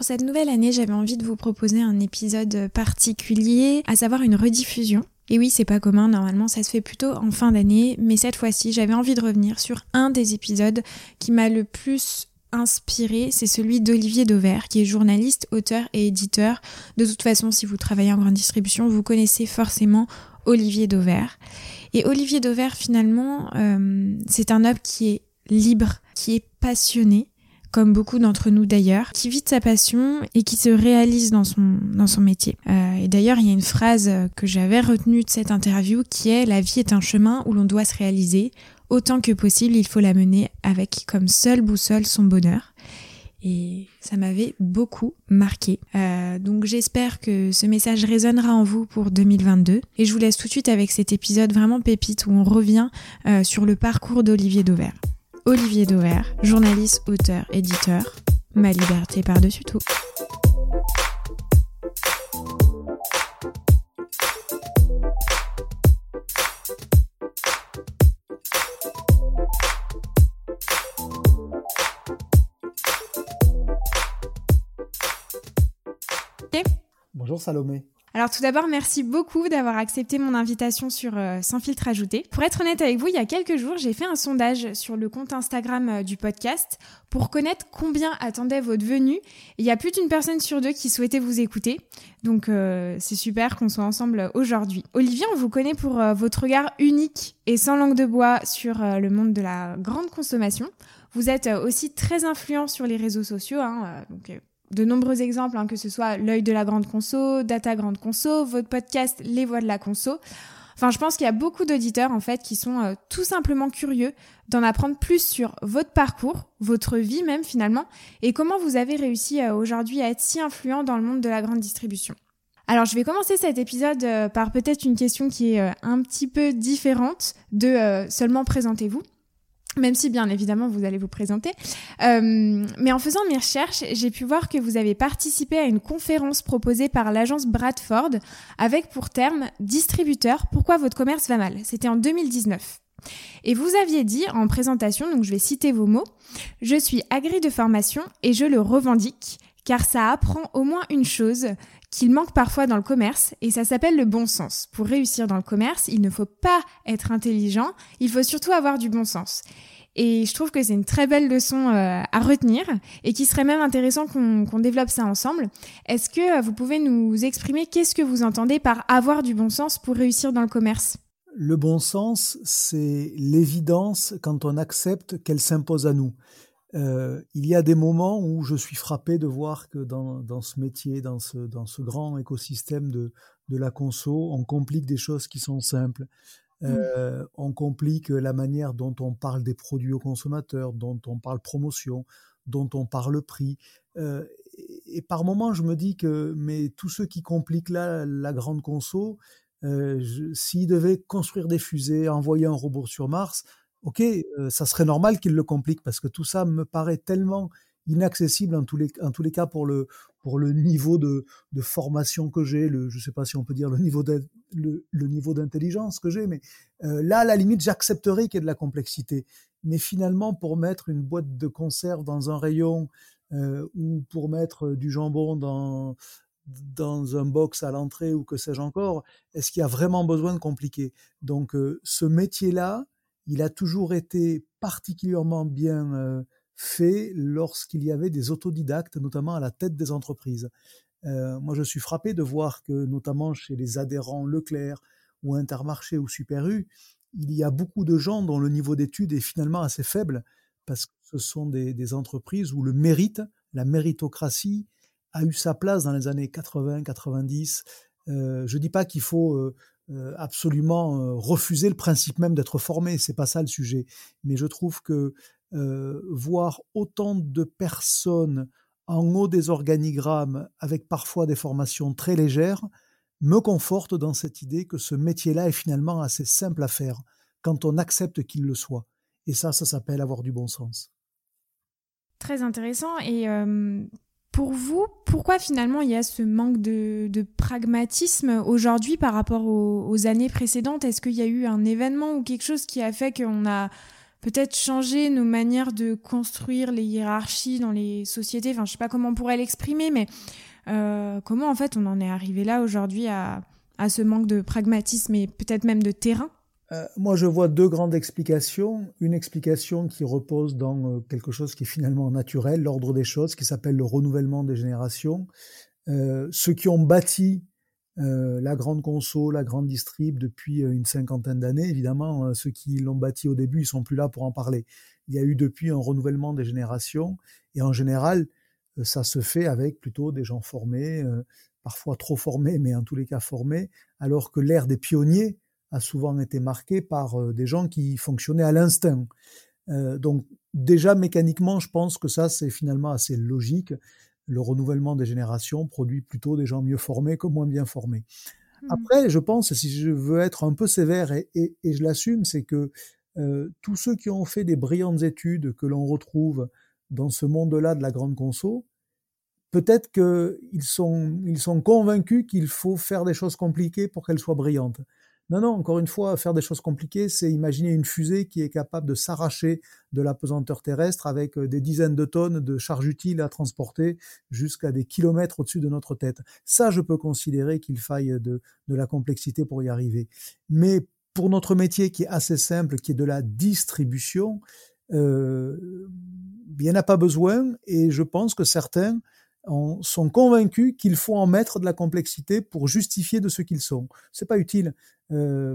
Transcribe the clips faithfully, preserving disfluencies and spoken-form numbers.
cette nouvelle année, j'avais envie de vous proposer un épisode particulier, à savoir une rediffusion. Et oui, c'est pas commun, normalement ça se fait plutôt en fin d'année, mais cette fois-ci, j'avais envie de revenir sur un des épisodes qui m'a le plus inspiré, c'est celui d'Olivier Dauvert, qui est journaliste, auteur et éditeur. De toute façon, si vous travaillez en grande distribution, vous connaissez forcément Olivier Dauvert. Et Olivier Dauvert, finalement, euh, c'est un homme qui est libre, qui est passionné, comme beaucoup d'entre nous d'ailleurs, qui vit de sa passion et qui se réalise dans son, dans son métier. Euh, et d'ailleurs, il y a une phrase que j'avais retenue de cette interview qui est « La vie est un chemin où l'on doit se réaliser. Autant que possible, il faut la mener avec comme seule boussole son bonheur. » Et ça m'avait beaucoup marqué. Euh, donc j'espère que ce message résonnera en vous pour deux mille vingt-deux. Et je vous laisse tout de suite avec cet épisode vraiment pépite où on revient euh, sur le parcours d'Olivier Dauvert. Olivier Dauvert, journaliste, auteur, éditeur. Ma liberté par-dessus tout. Okay. Bonjour Salomé. Alors tout d'abord, merci beaucoup d'avoir accepté mon invitation sur euh, Sans filtre ajouté. Pour être honnête avec vous, il y a quelques jours, j'ai fait un sondage sur le compte Instagram euh, du podcast pour connaître combien attendait votre venue. Il y a plus d'une personne sur deux qui souhaitait vous écouter. Donc euh, c'est super qu'on soit ensemble aujourd'hui. Olivier, on vous connaît pour euh, votre regard unique et sans langue de bois sur euh, le monde de la grande consommation. Vous êtes euh, aussi très influent sur les réseaux sociaux, hein, euh, donc... Euh, de nombreux exemples, hein, que ce soit l'œil de la grande conso, Data Grande Conso, votre podcast Les Voix de la Conso. Enfin, je pense qu'il y a beaucoup d'auditeurs en fait qui sont euh, tout simplement curieux d'en apprendre plus sur votre parcours, votre vie même finalement, et comment vous avez réussi euh, aujourd'hui à être si influent dans le monde de la grande distribution. Alors, je vais commencer cet épisode euh, par peut-être une question qui est euh, un petit peu différente de euh, seulement présentez-vous. Même si, bien évidemment, vous allez vous présenter. Euh, mais en faisant mes recherches, j'ai pu voir que vous avez participé à une conférence proposée par l'agence Bradford avec pour terme « Distributeur, pourquoi votre commerce va mal ?» C'était en deux mille dix-neuf. Et vous aviez dit en présentation, donc je vais citer vos mots, « Je suis agré de formation et je le revendique, car ça apprend au moins une chose qu'il manque parfois dans le commerce, et ça s'appelle le bon sens. Pour réussir dans le commerce, il ne faut pas être intelligent, il faut surtout avoir du bon sens. » Et je trouve que c'est une très belle leçon euh, à retenir, et qui serait même intéressant qu'on, qu'on développe ça ensemble. Est-ce que euh, vous pouvez nous exprimer qu'est-ce que vous entendez par avoir du bon sens pour réussir dans le commerce ? Le bon sens, c'est l'évidence quand on accepte qu'elle s'impose à nous. Euh, il y a des moments où je suis frappé de voir que dans, dans ce métier, dans ce, dans ce grand écosystème de, de la conso, on complique des choses qui sont simples. Euh, mmh. On complique la manière dont on parle des produits aux consommateurs, dont on parle promotion, dont on parle prix. Euh, et, et par moments, je me dis que mais tous ceux qui compliquent là la grande conso, euh, je, s'ils devaient construire des fusées, envoyer un robot sur Mars, ok, euh, ça serait normal qu'ils le compliquent parce que tout ça me paraît tellement inaccessible en tous les, en tous les cas pour le, pour le niveau de, de formation que j'ai, le, je ne sais pas si on peut dire le niveau, de, le, le niveau d'intelligence que j'ai, mais euh, là, à la limite, j'accepterais qu'il y ait de la complexité. Mais finalement, pour mettre une boîte de conserve dans un rayon euh, ou pour mettre du jambon dans, dans un box à l'entrée ou que sais-je encore, est-ce qu'il y a vraiment besoin de compliquer ? Donc, euh, ce métier-là, il a toujours été particulièrement bien euh, fait lorsqu'il y avait des autodidactes, notamment à la tête des entreprises. Euh, moi, je suis frappé de voir que, notamment chez les adhérents Leclerc ou Intermarché ou Super U, il y a beaucoup de gens dont le niveau d'études est finalement assez faible parce que ce sont des, des entreprises où le mérite, la méritocratie, a eu sa place dans les années quatre-vingts quatre-vingt-dix. Euh, je ne dis pas qu'il faut... Euh, Euh, absolument euh, refuser le principe même d'être formé, c'est pas ça le sujet. Mais je trouve que euh, voir autant de personnes en haut des organigrammes avec parfois des formations très légères me conforte dans cette idée que ce métier-là est finalement assez simple à faire quand on accepte qu'il le soit. Et ça, ça s'appelle avoir du bon sens. Très intéressant. Et euh, pour vous, pourquoi finalement il y a ce manque de, de pragmatisme aujourd'hui par rapport aux, aux années précédentes ? Est-ce qu'il y a eu un événement ou quelque chose qui a fait qu'on a peut-être changer nos manières de construire les hiérarchies dans les sociétés. Enfin, je sais pas comment on pourrait l'exprimer, mais euh, comment en fait on en est arrivé là aujourd'hui à, à ce manque de pragmatisme et peut-être même de terrain? Euh, moi, je vois deux grandes explications. Une explication qui repose dans euh, quelque chose qui est finalement naturel, l'ordre des choses, qui s'appelle le renouvellement des générations. Euh, ceux qui ont bâti euh, la grande conso, la grande distrib depuis euh, une cinquantaine d'années, évidemment, euh, ceux qui l'ont bâti au début, ils sont plus là pour en parler. Il y a eu depuis un renouvellement des générations, et en général, euh, ça se fait avec plutôt des gens formés, euh, parfois trop formés, mais en tous les cas formés, alors que l'ère des pionniers a souvent été marquée par euh, des gens qui fonctionnaient à l'instinct. Euh, donc déjà mécaniquement, je pense que ça c'est finalement assez logique. Le renouvellement des générations produit plutôt des gens mieux formés que moins bien formés. Hmm. Après, je pense, si je veux être un peu sévère et, et, et je l'assume, c'est que euh, tous ceux qui ont fait des brillantes études que l'on retrouve dans ce monde-là de la grande conso, peut-être qu'ils sont, ils sont convaincus qu'il faut faire des choses compliquées pour qu'elles soient brillantes. Non, non, encore une fois, faire des choses compliquées, c'est imaginer une fusée qui est capable de s'arracher de la pesanteur terrestre avec des dizaines de tonnes de charges utiles à transporter jusqu'à des kilomètres au-dessus de notre tête. Ça, je peux considérer qu'il faille de, de la complexité pour y arriver. Mais pour notre métier qui est assez simple, qui est de la distribution, euh, il n'y en a pas besoin et je pense que certains sont convaincus qu'il faut en mettre de la complexité pour justifier de ce qu'ils sont. C'est pas utile. Euh,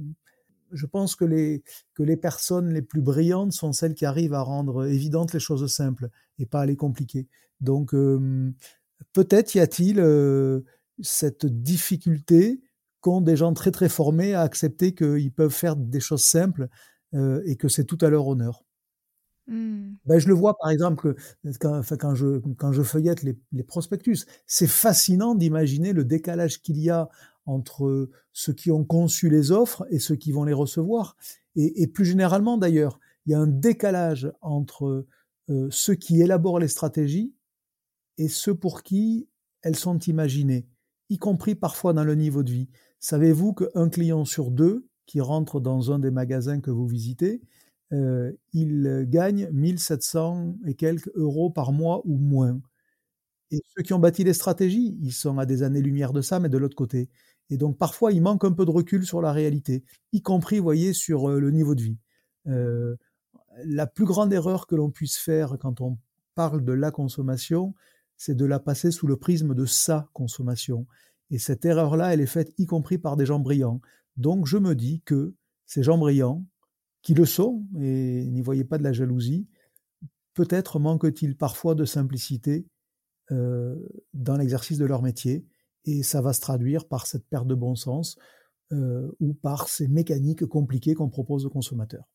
je pense que les, que les personnes les plus brillantes sont celles qui arrivent à rendre évidentes les choses simples et pas à les compliquer. Donc, euh, peut-être y a-t-il euh, cette difficulté qu'ont des gens très très formés à accepter qu'ils peuvent faire des choses simples euh, et que c'est tout à leur honneur. Hmm. Ben, je le vois par exemple que, quand, enfin, quand, je, quand je feuillette les, les prospectus. C'est fascinant d'imaginer le décalage qu'il y a entre ceux qui ont conçu les offres et ceux qui vont les recevoir. Et, et plus généralement d'ailleurs, il y a un décalage entre euh, ceux qui élaborent les stratégies et ceux pour qui elles sont imaginées, y compris parfois dans le niveau de vie. Savez-vous qu'un client sur deux qui rentre dans un des magasins que vous visitez, euh, il gagne mille sept cents et quelques euros par mois ou moins. Et ceux qui ont bâti les stratégies, ils sont à des années-lumière de ça, mais de l'autre côté. Et donc parfois, il manque un peu de recul sur la réalité, y compris, vous voyez, sur le niveau de vie. Euh, la plus grande erreur que l'on puisse faire quand on parle de la consommation, c'est de la passer sous le prisme de sa consommation. Et cette erreur-là, elle est faite y compris par des gens brillants. Donc je me dis que ces gens brillants, qui le sont, et n'y voyez pas de la jalousie, peut-être manque-t-il parfois de simplicité euh, dans l'exercice de leur métier, et ça va se traduire par cette perte de bon sens euh, ou par ces mécaniques compliquées qu'on propose aux consommateurs.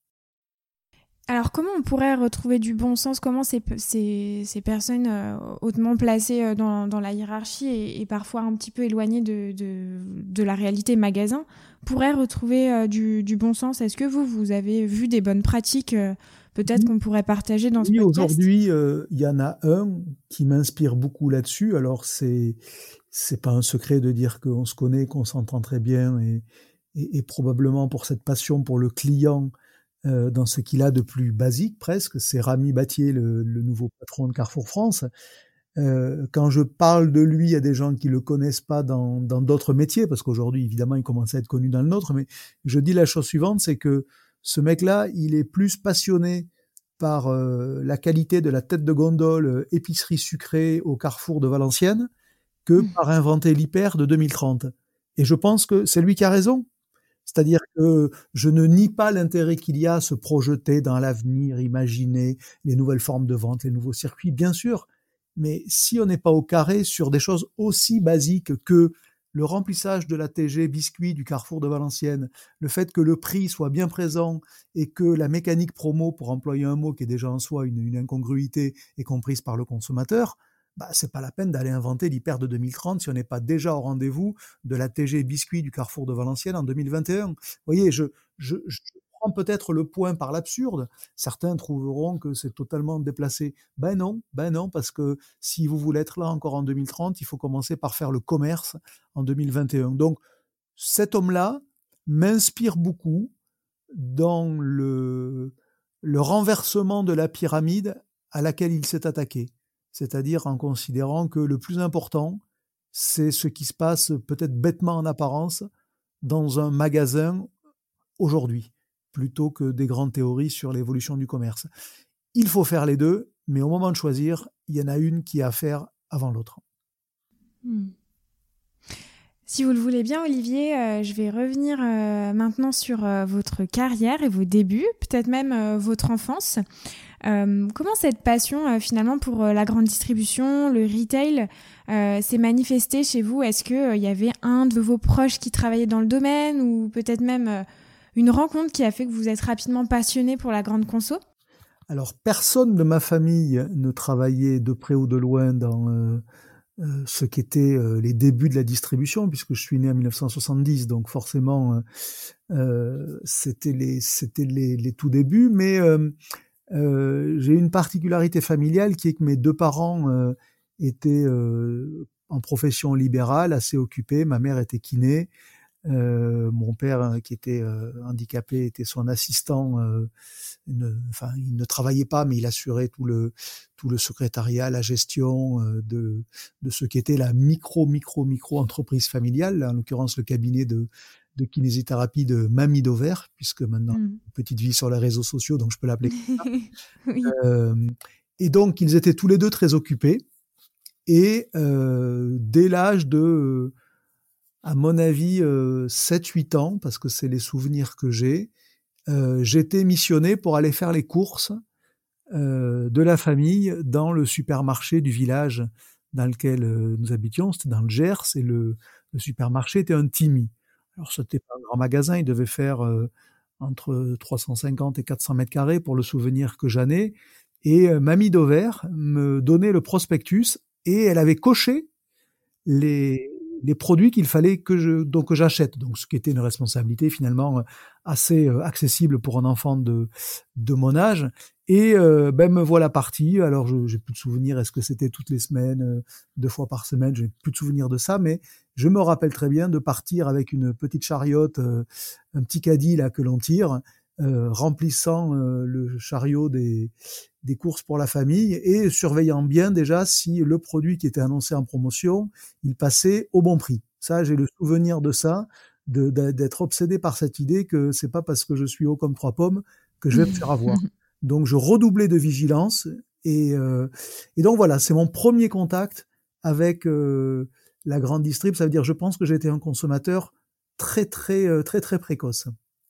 Alors, comment on pourrait retrouver du bon sens? Comment ces, ces, ces personnes euh, hautement placées euh, dans, dans la hiérarchie et, et parfois un petit peu éloignées de, de, de la réalité magasin pourraient retrouver euh, du, du bon sens? Est-ce que vous, vous avez vu des bonnes pratiques euh, peut-être qu'on pourrait partager dans ce Oui, podcast? aujourd'hui, euh, il y en a un qui m'inspire beaucoup là-dessus. Alors, c'est c'est pas un secret de dire qu'on se connaît, qu'on s'entend très bien, et, et, et probablement pour cette passion pour le client, euh, dans ce qu'il a de plus basique presque, c'est Rami Battier, le, le nouveau patron de Carrefour France. Euh, quand je parle de lui à des gens qui le connaissent pas dans dans d'autres métiers, parce qu'aujourd'hui, évidemment, il commence à être connu dans le nôtre, mais je dis la chose suivante, c'est que ce mec-là, il est plus passionné par euh, la qualité de la tête de gondole euh, épicerie sucrée au Carrefour de Valenciennes que par inventer l'hyper de deux mille trente. Et je pense que c'est lui qui a raison. C'est-à-dire que je ne nie pas l'intérêt qu'il y a à se projeter dans l'avenir, imaginer les nouvelles formes de vente, les nouveaux circuits, bien sûr. Mais si on n'est pas au carré sur des choses aussi basiques que le remplissage de la T G biscuit du Carrefour de Valenciennes, le fait que le prix soit bien présent et que la mécanique promo, pour employer un mot qui est déjà en soi une, une incongruité, est comprise par le consommateur, bah, c'est pas la peine d'aller inventer l'hyper de deux mille trente si on n'est pas déjà au rendez-vous de la T G biscuit du Carrefour de Valenciennes en deux mille vingt et un. Vous voyez, je, je, je prends peut-être le point par l'absurde. Certains trouveront que c'est totalement déplacé. Ben non, ben non, parce que si vous voulez être là encore en deux mille trente, il faut commencer par faire le commerce en deux mille vingt et un. Donc, cet homme-là m'inspire beaucoup. dans le, le renversement de la pyramide à laquelle il s'est attaqué. C'est-à-dire en considérant que le plus important, c'est ce qui se passe peut-être bêtement en apparence dans un magasin aujourd'hui, plutôt que des grandes théories sur l'évolution du commerce. Il faut faire les deux, mais au moment de choisir, il y en a une qui a à faire avant l'autre. Hmm. Si vous le voulez bien, Olivier, euh, je vais revenir euh, maintenant sur euh, votre carrière et vos débuts, peut-être même euh, votre enfance. Euh, comment cette passion euh, finalement pour euh, la grande distribution, le retail, euh, s'est manifestée chez vous? Est-ce qu'il euh, y avait un de vos proches qui travaillait dans le domaine ou peut-être même euh, une rencontre qui a fait que vous êtes rapidement passionné pour la grande conso? Alors, personne de ma famille ne travaillait de près ou de loin dans euh, euh, ce qu'étaient euh, les débuts de la distribution, puisque je suis né en mille neuf cent soixante-dix, donc forcément, euh, c'était les, c'était les, les tout débuts. Mais euh, euh, j'ai une particularité familiale qui est que mes deux parents euh, étaient euh, en profession libérale, assez occupés. Ma mère était kiné. Euh, mon père, qui était euh, handicapé, était son assistant. Euh, ne, enfin, il ne travaillait pas, mais il assurait tout le tout le secrétariat, la gestion euh, de de ce qu'était la micro micro micro entreprise familiale, en l'occurrence le cabinet de de kinésithérapie de Mamie Dauvert, puisque maintenant Mm. une petite vie sur les réseaux sociaux, donc je peux l'appeler comme ça. Oui. Euh, et donc ils étaient tous les deux très occupés. Et euh, dès l'âge de à mon avis, euh, sept huit ans, parce que c'est les souvenirs que j'ai, euh, j'étais missionné pour aller faire les courses euh, de la famille dans le supermarché du village dans lequel euh, nous habitions. C'était dans le Gers, et le, le supermarché était un Timi. Alors, c'était pas un grand magasin, il devait faire euh, entre trois cent cinquante et quatre cents mètres carrés pour le souvenir que j'en ai. Et euh, Mamie Dauvert me donnait le prospectus, et elle avait coché les, les produits qu'il fallait que je donc que j'achète, donc ce qui était une responsabilité finalement assez euh, accessible pour un enfant de de mon âge. Et euh, ben me voilà parti. Alors je j'ai plus de souvenirs, est-ce que c'était toutes les semaines, euh, deux fois par semaine, j'ai plus de souvenirs de ça, mais je me rappelle très bien de partir avec une petite chariote, euh, un petit caddie là que l'on tire, euh, remplissant euh, le chariot des des courses pour la famille et surveillant bien déjà si le produit qui était annoncé en promotion, il passait au bon prix. Ça, j'ai le souvenir de ça, de, de, d'être obsédé par cette idée que c'est pas parce que je suis haut comme trois pommes que je vais me faire avoir. Donc, je redoublais de vigilance et, euh, et donc voilà, c'est mon premier contact avec euh, la grande distrib. Ça veut dire, je pense que j'ai été un consommateur très, très, très, très, très précoce.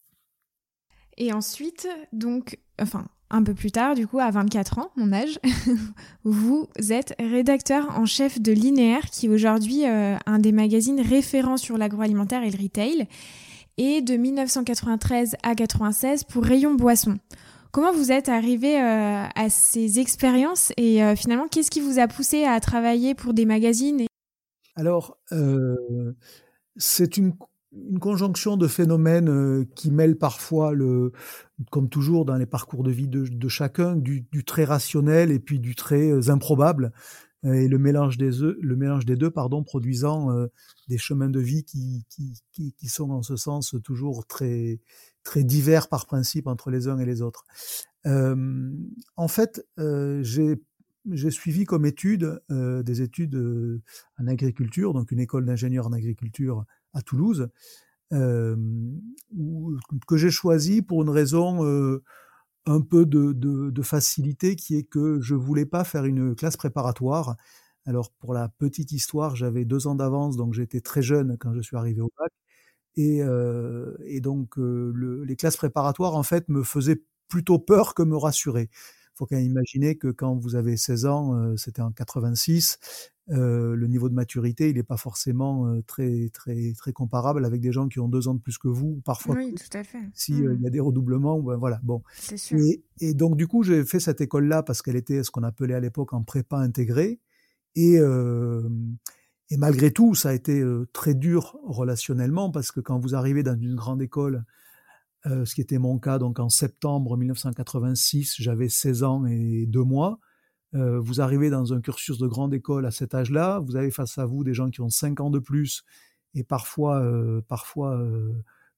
Et ensuite, donc, enfin, un peu plus tard, du coup, à vingt-quatre ans, mon âge, vous êtes rédacteur en chef de Linéaire, qui est aujourd'hui euh, un des magazines référents sur l'agroalimentaire et le retail, et de mille neuf cent quatre-vingt-treize à quatre-vingt-seize pour Rayon Boisson. Comment vous êtes arrivé euh, à ces expériences et euh, finalement, qu'est-ce qui vous a poussé à travailler pour des magazines et... Alors, euh, c'est une une conjonction de phénomènes euh, qui mêlent parfois, le, comme toujours dans les parcours de vie de, de chacun, du, du très rationnel et puis du très euh, improbable, et le mélange des, œufs, le mélange des deux, pardon, produisant euh, des chemins de vie qui, qui, qui, qui sont en ce sens toujours très, très divers par principe entre les uns et les autres. Euh, en fait, euh, j'ai j'ai suivi comme études euh, des études euh, en agriculture, donc une école d'ingénieur en agriculture à Toulouse, euh, où, que j'ai choisi pour une raison euh, un peu de, de, de facilité, qui est que je voulais pas faire une classe préparatoire. Alors, pour la petite histoire, j'avais deux ans d'avance, donc j'étais très jeune quand je suis arrivé au bac. Et, euh, et donc, euh, le, les classes préparatoires, en fait, me faisaient plutôt peur que me rassurer. Il faut quand même imaginer que quand vous avez seize ans, euh, c'était en quatre-vingt-six, euh, le niveau de maturité, il n'est pas forcément euh, très, très, très comparable avec des gens qui ont deux ans de plus que vous, ou parfois Oui, plus, tout à fait. s'il euh, Mmh. y a des redoublements. Ben voilà, bon. C'est sûr. Et, et donc, du coup, j'ai fait cette école-là parce qu'elle était ce qu'on appelait à l'époque en prépa intégrée. Et, euh, et malgré tout, ça a été euh, très dur relationnellement, parce que quand vous arrivez dans une grande école, euh, ce qui était mon cas, donc en septembre mille neuf cent quatre-vingt-six, j'avais seize ans et deux mois. Euh, vous arrivez dans un cursus de grande école à cet âge-là, vous avez face à vous des gens qui ont cinq ans de plus et parfois, euh, parfois euh,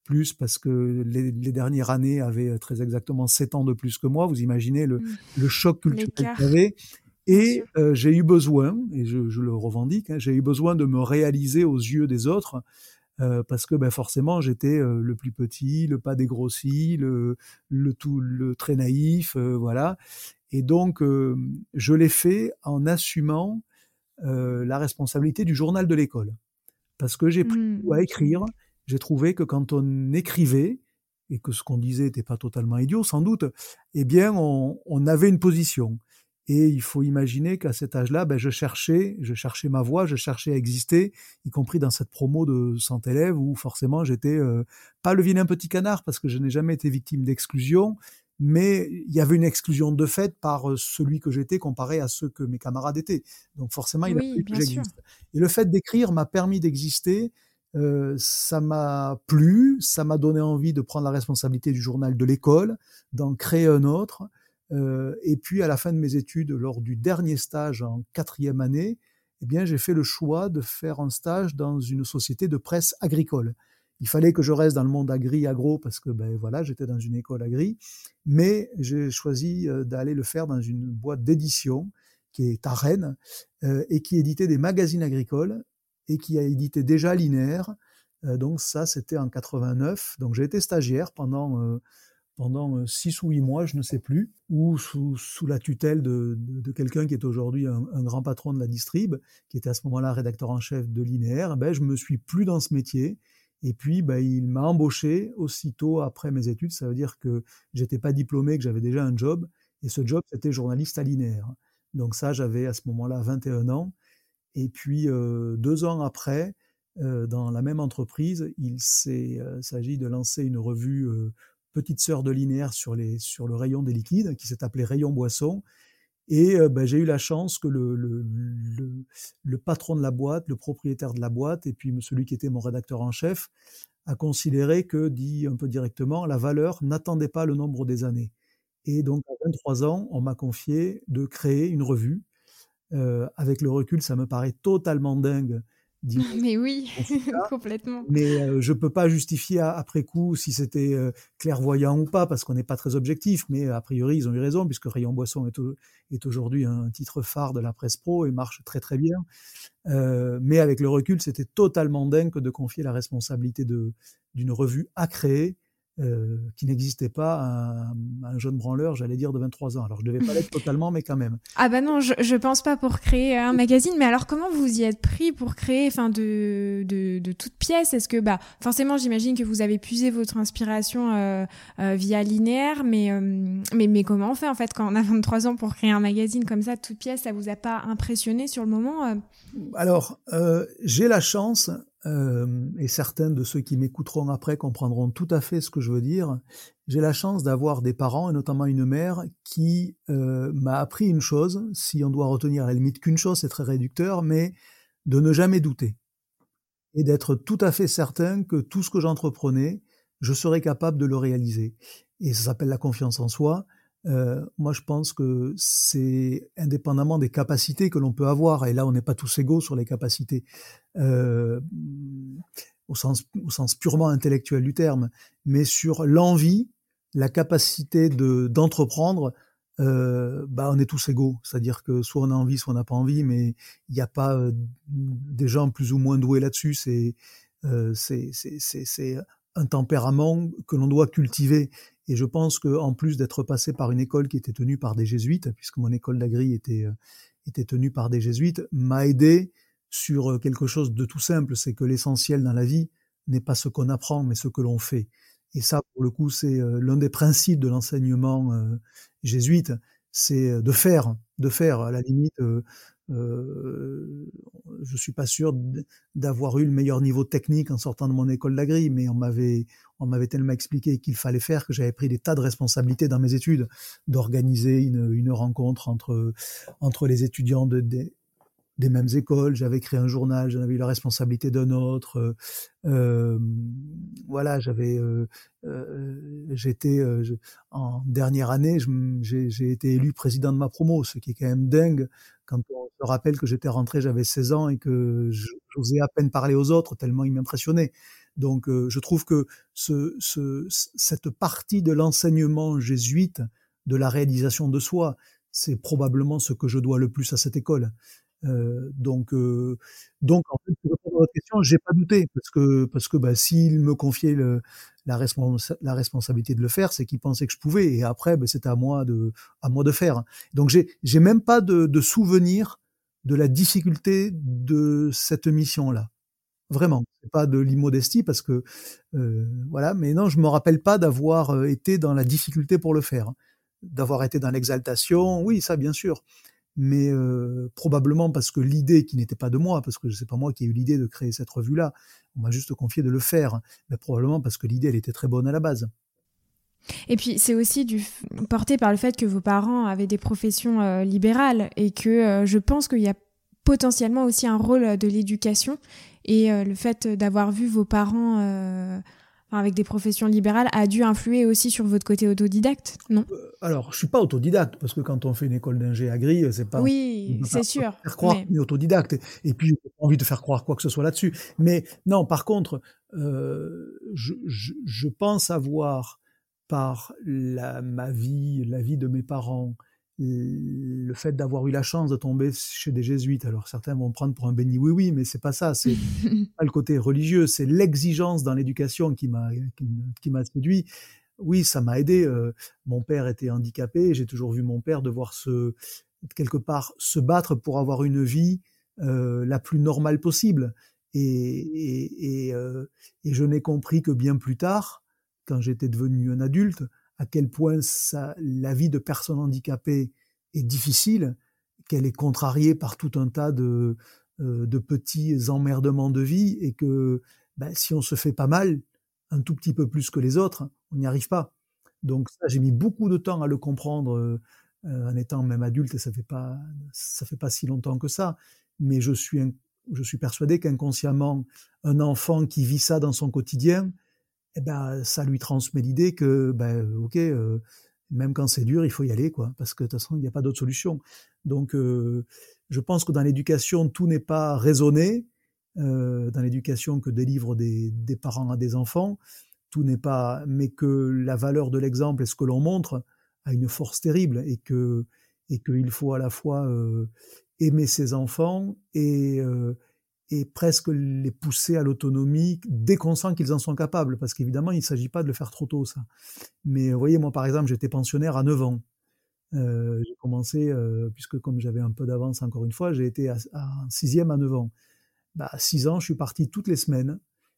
plus parce que les, les dernières années avaient très exactement sept ans de plus que moi. Vous imaginez le, Mmh. le choc culturel qu'il y L'écart, avait. bien Et sûr. euh, j'ai eu besoin, et je, je le revendique, hein, j'ai eu besoin de me réaliser aux yeux des autres, euh, parce que ben, forcément j'étais euh, le plus petit, le pas dégrossi, le, le tout, le très naïf, euh, voilà. Et donc euh, je l'ai fait en assumant euh, la responsabilité du journal de l'école, parce que j'ai pris goût Mmh, à OK. écrire. J'ai trouvé que quand on écrivait, et que ce qu'on disait n'était pas totalement idiot sans doute, eh bien on, on avait une position. Et il faut imaginer qu'à cet âge-là, ben, je cherchais, je cherchais ma voie, je cherchais à exister, y compris dans cette promo de cent élèves où forcément j'étais euh, pas le vilain petit canard parce que je n'ai jamais été victime d'exclusion, mais il y avait une exclusion de fait par euh, celui que j'étais comparé à ceux que mes camarades étaient. Donc forcément, il a Oui, fallu que bien sûr. j'existe. Et le fait d'écrire m'a permis d'exister. Euh, ça m'a plu, ça m'a donné envie de prendre la responsabilité du journal de l'école, d'en créer un autre. Euh, et puis à la fin de mes études, lors du dernier stage en quatrième année, eh bien j'ai fait le choix de faire un stage dans une société de presse agricole. Il fallait que je reste dans le monde agri-agro parce que ben voilà, j'étais dans une école agri, mais j'ai choisi euh, d'aller le faire dans une boîte d'édition qui est à Rennes euh, et qui éditait des magazines agricoles et qui a édité déjà Linéaire. Euh, donc ça, c'était en quatre-vingt-neuf. Donc j'ai été stagiaire pendant euh, pendant six ou huit mois, je ne sais plus, ou sous, sous la tutelle de, de, de quelqu'un qui est aujourd'hui un, un grand patron de la distrib, qui était à ce moment-là rédacteur en chef de Linéaire. Ben, je me suis plus dans ce métier. Et puis, ben, il m'a embauché aussitôt après mes études. Ça veut dire que j'étais pas diplômé, que j'avais déjà un job. Et ce job, c'était journaliste à Linéaire. Donc ça, j'avais à ce moment-là vingt et un ans. Et puis, euh, deux ans après, euh, dans la même entreprise, il s'est, euh, s'agit de lancer une revue euh, petite sœur de Linéaire sur, les, sur le rayon des liquides, qui s'est appelée Rayon Boisson. Et euh, ben, j'ai eu la chance que le, le, le, le patron de la boîte, le propriétaire de la boîte, et puis celui qui était mon rédacteur en chef, a considéré que, dit un peu directement, la valeur n'attendait pas le nombre des années. Et donc, à vingt-trois ans, on m'a confié de créer une revue. Euh, avec le recul, ça me paraît totalement dingue d'imaginer Mais oui, qu'on fait ça, complètement. mais euh, je peux pas justifier à- après coup si c'était euh, clairvoyant ou pas, parce qu'on n'est pas très objectif, mais a priori, ils ont eu raison, puisque Rayon Boisson est, au- est aujourd'hui un titre phare de la presse pro et marche très très bien. Euh, mais avec le recul, c'était totalement dingue que de confier la responsabilité de, d'une revue à créer, euh, qui n'existait pas à, un à un jeune branleur, j'allais dire, de vingt-trois ans. Alors je devais pas l'être totalement, mais quand même. Ah bah non, je, je pense pas pour créer un magazine, mais alors comment vous y êtes pris pour créer, enfin de, de, de toutes pièces? Est-ce que bah forcément j'imagine que vous avez puisé votre inspiration euh, euh, via Linéaire, mais, euh, mais mais comment on fait en fait quand on a vingt-trois ans pour créer un magazine comme ça de toutes pièces? Ça vous a pas impressionné sur le moment euh Alors, euh, j'ai la chance, euh, et certains de ceux qui m'écouteront après comprendront tout à fait ce que je veux dire, j'ai la chance d'avoir des parents, et notamment une mère, qui euh, m'a appris une chose, si on doit retenir à la limite qu'une chose, c'est très réducteur, mais de ne jamais douter, et d'être tout à fait certain que tout ce que j'entreprenais, je serais capable de le réaliser. Et ça s'appelle la confiance en soi. Euh, moi, je pense que c'est indépendamment des capacités que l'on peut avoir, et là, on n'est pas tous égaux sur les capacités, euh, au sens, au sens purement intellectuel du terme, mais sur l'envie, la capacité de, d'entreprendre, euh, bah, on est tous égaux. C'est-à-dire que soit on a envie, soit on n'a pas envie, mais il n'y a pas euh, des gens plus ou moins doués là-dessus. C'est, euh, c'est, c'est, c'est, c'est un tempérament que l'on doit cultiver. Et je pense qu'en plus d'être passé par une école qui était tenue par des jésuites, puisque mon école d'agri était, euh, était tenue par des jésuites, m'a aidé sur quelque chose de tout simple, c'est que l'essentiel dans la vie n'est pas ce qu'on apprend, mais ce que l'on fait. Et ça, pour le coup, c'est euh, l'un des principes de l'enseignement euh, jésuite, c'est de faire, de faire. À la limite, euh, euh, je suis pas sûr d'avoir eu le meilleur niveau technique en sortant de mon école d'agri, mais on m'avait, on m'avait tellement expliqué qu'il fallait faire que j'avais pris des tas de responsabilités dans mes études, d'organiser une, une rencontre entre entre les étudiants de, de des mêmes écoles, j'avais créé un journal, j'en avais eu la responsabilité d'un autre. Euh, euh, voilà, j'avais, euh, euh, j'étais euh, je, en dernière année, je, j'ai, j'ai été élu président de ma promo, ce qui est quand même dingue quand on se rappelle que j'étais rentré, j'avais seize ans et que j'osais à peine parler aux autres tellement ils m'impressionnaient. Donc, euh, je trouve que ce, ce, cette partie de l'enseignement jésuite, de la réalisation de soi, c'est probablement ce que je dois le plus à cette école. Euh, donc, euh, donc en fait, pour répondre à votre question, j'ai pas douté parce que parce que bah, s'il me confiait le, la, responsa- la responsabilité de le faire, c'est qu'il pensait que je pouvais. Et après, bah, c'était à moi de à moi de faire. Donc, j'ai j'ai même pas de, de souvenir de la difficulté de cette mission-là. Vraiment, c'est pas de l'immodestie parce que euh, voilà, mais non, je me rappelle pas d'avoir euh, été dans la difficulté pour le faire, hein. D'avoir été dans l'exaltation, oui, ça bien sûr, mais euh, probablement parce que l'idée qui n'était pas de moi, parce que c'est pas moi qui ai eu l'idée de créer cette revue-là, on m'a juste confié de le faire, mais probablement parce que l'idée elle était très bonne à la base. Et puis c'est aussi du f- porté par le fait que vos parents avaient des professions euh, libérales et que euh, je pense qu'il y a potentiellement aussi un rôle euh, de l'éducation et euh, le fait d'avoir vu vos parents euh, enfin, avec des professions libérales a dû influer aussi sur votre côté autodidacte, non? Alors, je suis pas autodidacte parce que quand on fait une école d'ingé agri, c'est pas on Oui, peut pas c'est sûr, faire croire mais qu'on est autodidacte. Et puis, j'ai pas envie de faire croire quoi que ce soit là-dessus. Mais non, par contre, euh, je, je, je pense avoir par la, ma vie, la vie de mes parents, le fait d'avoir eu la chance de tomber chez des jésuites. Alors certains vont me prendre pour un béni oui oui, mais c'est pas ça. C'est pas le côté religieux, c'est l'exigence dans l'éducation qui m'a qui, qui m'a séduit. Oui, ça m'a aidé. Euh, mon père était handicapé. J'ai toujours vu mon père devoir se, quelque part, se battre pour avoir une vie euh, la plus normale possible. Et, et, et, euh, et je n'ai compris que bien plus tard, quand j'étais devenu un adulte, à quel point ça, la vie de personne handicapée est difficile, qu'elle est contrariée par tout un tas de, euh, de petits emmerdements de vie, et que ben, si on se fait pas mal, un tout petit peu plus que les autres, on n'y arrive pas. Donc ça, j'ai mis beaucoup de temps à le comprendre euh, euh, en étant même adulte, et ça fait pas ça fait pas si longtemps que ça. Mais je suis un- je suis persuadé qu'inconsciemment, un enfant qui vit ça dans son quotidien, eh ben ça lui transmet l'idée que ben ok, euh, même quand c'est dur, il faut y aller quoi, parce que de toute façon il n'y a pas d'autre solution. Donc euh, je pense que dans l'éducation, tout n'est pas raisonné. Euh, dans l'éducation que délivrent des, des parents à des enfants, tout n'est pas, mais que la valeur de l'exemple et ce que l'on montre a une force terrible, et que et qu'il faut à la fois euh, aimer ses enfants et euh, et presque les pousser à l'autonomie dès qu'on sent qu'ils en sont capables, parce qu'évidemment il ne s'agit pas de le faire trop tôt ça. Mais vous voyez, moi par exemple j'étais pensionnaire à neuf ans. Euh, j'ai commencé, euh, puisque comme j'avais un peu d'avance encore une fois, j'ai été à, à sixième à neuf ans. Bah, à six ans, je suis parti toutes les semaines,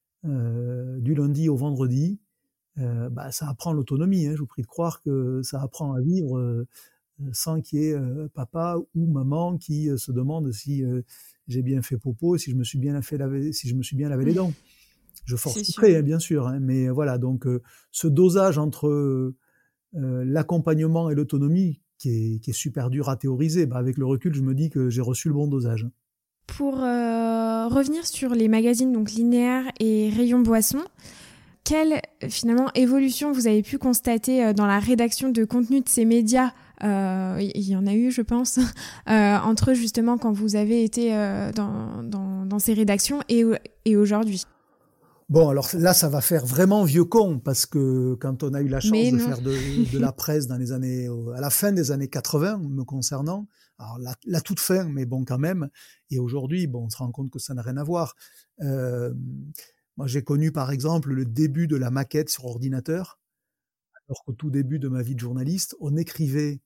euh, du lundi au vendredi. Euh, bah, ça apprend l'autonomie, hein. Je vous prie de croire que ça apprend à vivre euh, sans qu'il y ait euh, papa ou maman qui euh, se demande si euh, j'ai bien fait popo, si je me suis bien fait laver, si je me suis bien lavé les dents. Je force c'est le sûr. trait, hein, bien sûr, hein, mais voilà. Donc, euh, ce dosage entre euh, l'accompagnement et l'autonomie, qui est, qui est super dur à théoriser, bah, avec le recul, je me dis que j'ai reçu le bon dosage. Pour euh, revenir sur les magazines donc Linéaire et Rayon Boisson, quelle finalement évolution vous avez pu constater euh, dans la rédaction de contenu de ces médias? Euh, il y en a eu, je pense, euh, entre justement quand vous avez été euh, dans, dans, dans ces rédactions et, et aujourd'hui. Bon, alors là, ça va faire vraiment vieux con, parce que quand on a eu la chance Mais de non. faire de, de la presse dans les années, à la fin des années quatre-vingts, me concernant, alors la, la toute fin, mais bon quand même, et aujourd'hui, bon, on se rend compte que ça n'a rien à voir. Euh, moi, j'ai connu par exemple le début de la maquette sur ordinateur, alors qu'au tout début de ma vie de journaliste, on écrivait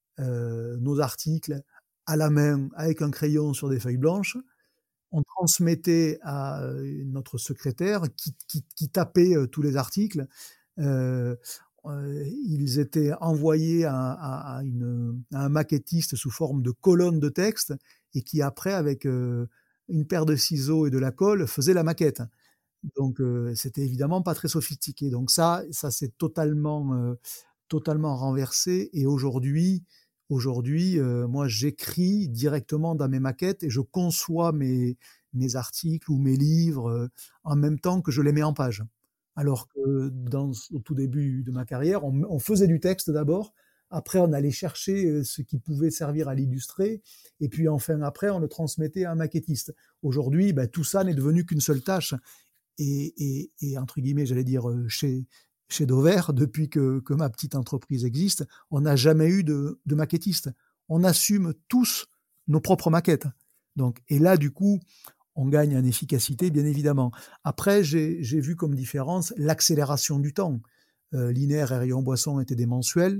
euh, nos articles à la main avec un crayon sur des feuilles blanches. On transmettait à notre secrétaire qui, qui, qui tapait euh, tous les articles. Euh, euh, ils étaient envoyés à, à, à, une, à un maquettiste sous forme de colonnes de texte, et qui après, avec euh, une paire de ciseaux et de la colle, faisait la maquette. Donc euh, c'était évidemment pas très sophistiqué. Donc ça, ça s'est totalement, euh, totalement renversé. Et aujourd'hui, aujourd'hui, euh, moi j'écris directement dans mes maquettes et je conçois mes, mes articles ou mes livres euh, en même temps que je les mets en page. Alors que dans, au tout début de ma carrière, on, on faisait du texte d'abord. Après, on allait chercher ce qui pouvait servir à l'illustrer. Et puis enfin, après, on le transmettait à un maquettiste. Aujourd'hui, ben, tout ça n'est devenu qu'une seule tâche. et, et, et entre guillemets, j'allais dire, chez, chez Dover, depuis que, que ma petite entreprise existe, on n'a jamais eu de, de maquettiste. On assume tous nos propres maquettes. Donc, et là, du coup, on gagne en efficacité, bien évidemment. Après, j'ai, j'ai vu comme différence l'accélération du temps. Euh, Linéaire et Rayon Boisson étaient des mensuels,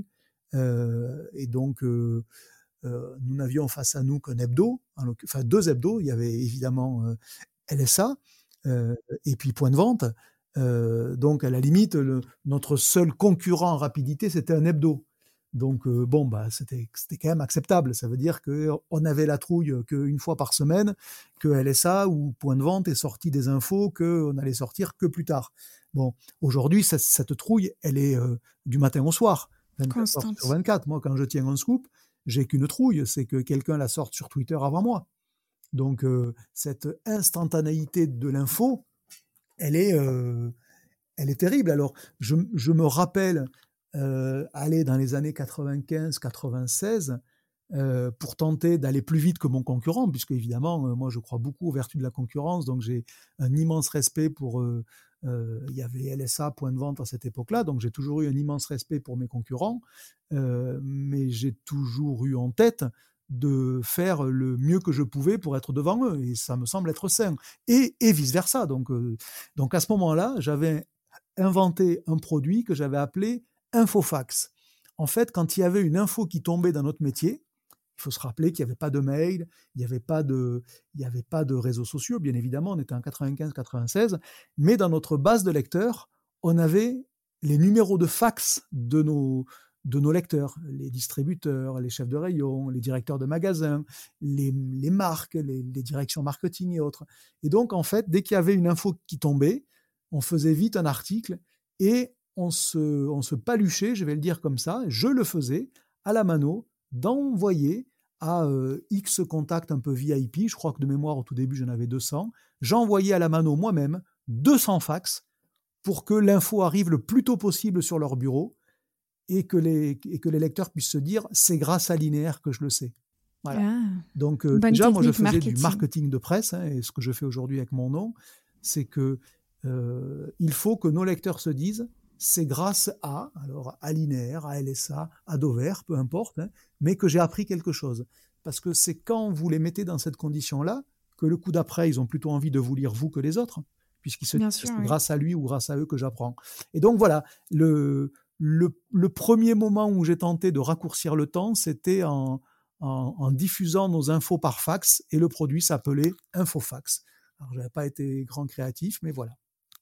euh, et donc euh, euh, nous n'avions face à nous qu'un hebdo, enfin deux hebdos. Il y avait évidemment euh, L S A euh, et puis Point de Vente. Euh, donc à la limite, le, notre seul concurrent en rapidité, c'était un hebdo. Donc euh, bon, bah c'était c'était quand même acceptable. Ça veut dire que on avait la trouille qu'une fois par semaine, que L S A ou Point de Vente est sorti des infos qu'on allait sortir que plus tard. Bon, aujourd'hui, cette, cette trouille, elle est euh, du matin au soir, vingt-quatre heures sur vingt-quatre. Moi, quand je tiens un scoop, j'ai qu'une trouille, c'est que quelqu'un la sorte sur Twitter avant moi. Donc euh, cette instantanéité de l'info, elle est, euh, elle est terrible. Alors, je, je me rappelle euh, aller dans les années quatre-vingt-quinze quatre-vingt-seize euh, pour tenter d'aller plus vite que mon concurrent, puisque évidemment, euh, moi, je crois beaucoup aux vertus de la concurrence, donc j'ai un immense respect pour... Euh, euh, il y avait L S A, Point de Vente à cette époque-là, donc j'ai toujours eu un immense respect pour mes concurrents, euh, mais j'ai toujours eu en tête de faire le mieux que je pouvais pour être devant eux, et ça me semble être sain, et, et vice-versa. Donc, euh, donc à ce moment-là, j'avais inventé un produit que j'avais appelé Infofax. En fait, quand il y avait une info qui tombait dans notre métier, il faut se rappeler qu'il n'y avait pas de mail, il n'y avait pas de, il n'y avait pas de réseaux sociaux, bien évidemment, on était en quatre-vingt-quinze quatre-vingt-seize, mais dans notre base de lecteurs, on avait les numéros de fax de nos, de nos lecteurs, les distributeurs, les chefs de rayon, les directeurs de magasins, les, les marques, les, les directions marketing et autres. Et donc, en fait, dès qu'il y avait une info qui tombait, on faisait vite un article et on se, on se paluchait, je vais le dire comme ça, je le faisais à la mano, d'envoyer à euh, X contacts un peu V I P, je crois que de mémoire au tout début j'en avais deux cents, j'envoyais à la mano moi-même deux cents fax pour que l'info arrive le plus tôt possible sur leur bureau et que les, et que les lecteurs puissent se dire c'est grâce à Linéaire que je le sais. Voilà. Ah, donc euh, déjà moi je faisais marketing. du marketing de presse, hein, et ce que je fais aujourd'hui avec mon nom, c'est que euh, il faut que nos lecteurs se disent c'est grâce à, alors à Linéaire, à L S A, à Dover, peu importe, hein, mais que j'ai appris quelque chose. Parce que c'est quand vous les mettez dans cette condition-là que le coup d'après, ils ont plutôt envie de vous lire vous que les autres, puisqu'ils se disent c'est oui. grâce à lui ou grâce à eux que j'apprends. Et donc voilà, le, le, le premier moment où j'ai tenté de raccourcir le temps, c'était en, en, en diffusant nos infos par fax, et le produit s'appelait Infofax. Alors je n'avais pas été grand créatif, mais voilà.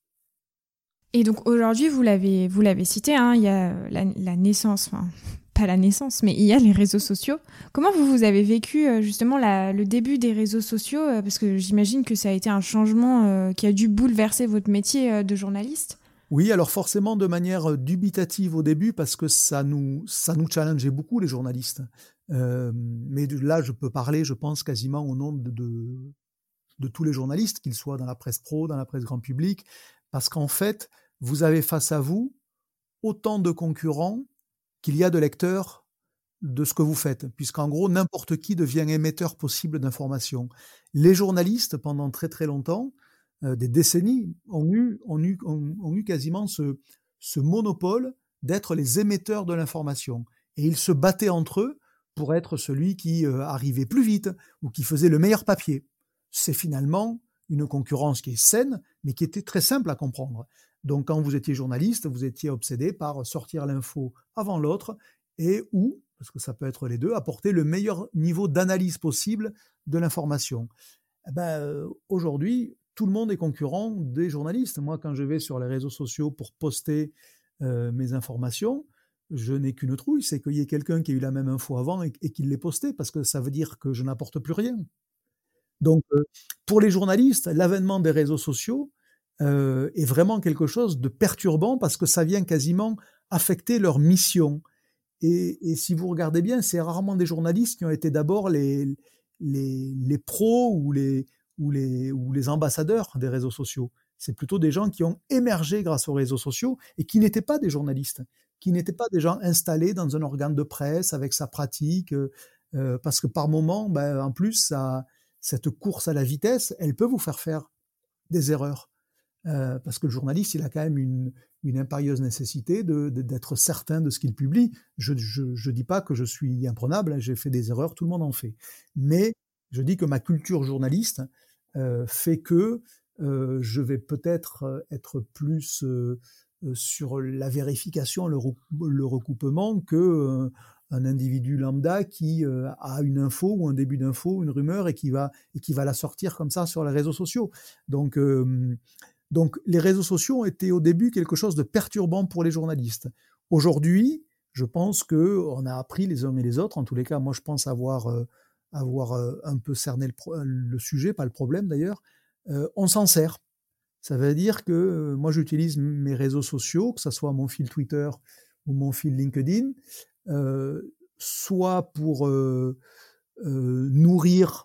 Et donc aujourd'hui, vous l'avez, vous l'avez cité, hein, il y a la, la naissance, enfin pas la naissance, mais il y a les réseaux sociaux. Comment vous, vous avez vécu justement la, le début des réseaux sociaux ? Parce que j'imagine que ça a été un changement euh, qui a dû bouleverser votre métier de journaliste. Oui, alors forcément de manière dubitative au début, parce que ça nous, ça nous challengeait beaucoup les journalistes. Euh, mais là, je peux parler, je pense, quasiment au nom de, de, de tous les journalistes, qu'ils soient dans la presse pro, dans la presse grand public, parce qu'en fait, vous avez face à vous autant de concurrents qu'il y a de lecteurs de ce que vous faites, puisqu'en gros, n'importe qui devient émetteur possible d'informations. Les journalistes, pendant très très longtemps, euh, des décennies, ont eu, ont eu, ont, ont eu quasiment ce, ce monopole d'être les émetteurs de l'information. Et ils se battaient entre eux pour être celui qui euh, arrivait plus vite ou qui faisait le meilleur papier. C'est finalement une concurrence qui est saine, mais qui était très simple à comprendre. Donc, quand vous étiez journaliste, vous étiez obsédé par sortir l'info avant l'autre et ou, parce que ça peut être les deux, apporter le meilleur niveau d'analyse possible de l'information. Eh ben, euh, aujourd'hui, tout le monde est concurrent des journalistes. Moi, quand je vais sur les réseaux sociaux pour poster euh, mes informations, je n'ai qu'une trouille, c'est qu'il y ait quelqu'un qui a eu la même info avant et, et qui l'ait postée, parce que ça veut dire que je n'apporte plus rien. Donc, euh, pour les journalistes, l'avènement des réseaux sociaux euh, est vraiment quelque chose de perturbant parce que ça vient quasiment affecter leur mission. Et, et si vous regardez bien, c'est rarement des journalistes qui ont été d'abord les, les, les pros ou les, ou, les, ou les ambassadeurs des réseaux sociaux. C'est plutôt des gens qui ont émergé grâce aux réseaux sociaux et qui n'étaient pas des journalistes, qui n'étaient pas des gens installés dans un organe de presse avec sa pratique, euh, parce que par moment, ben, en plus, ça, cette course à la vitesse, elle peut vous faire faire des erreurs. Euh, parce que le journaliste, il a quand même une, une impérieuse nécessité de, de, d'être certain de ce qu'il publie. Je ne dis pas que je suis imprenable, hein, j'ai fait des erreurs, tout le monde en fait. Mais je dis que ma culture journaliste euh, fait que euh, je vais peut-être être plus euh, sur la vérification, le, le recoupement que euh, un individu lambda qui euh, a une info ou un début d'info, une rumeur, et qui va, et qui va la sortir comme ça sur les réseaux sociaux. Donc, euh, Donc les réseaux sociaux ont été au début quelque chose de perturbant pour les journalistes. Aujourd'hui, je pense qu'on a appris les uns et les autres, en tous les cas, moi je pense avoir, euh, avoir euh, un peu cerné le, pro- le sujet, pas le problème d'ailleurs, euh, on s'en sert. Ça veut dire que euh, moi j'utilise mes réseaux sociaux, que ce soit mon fil Twitter ou mon fil LinkedIn, euh, soit pour euh, euh, nourrir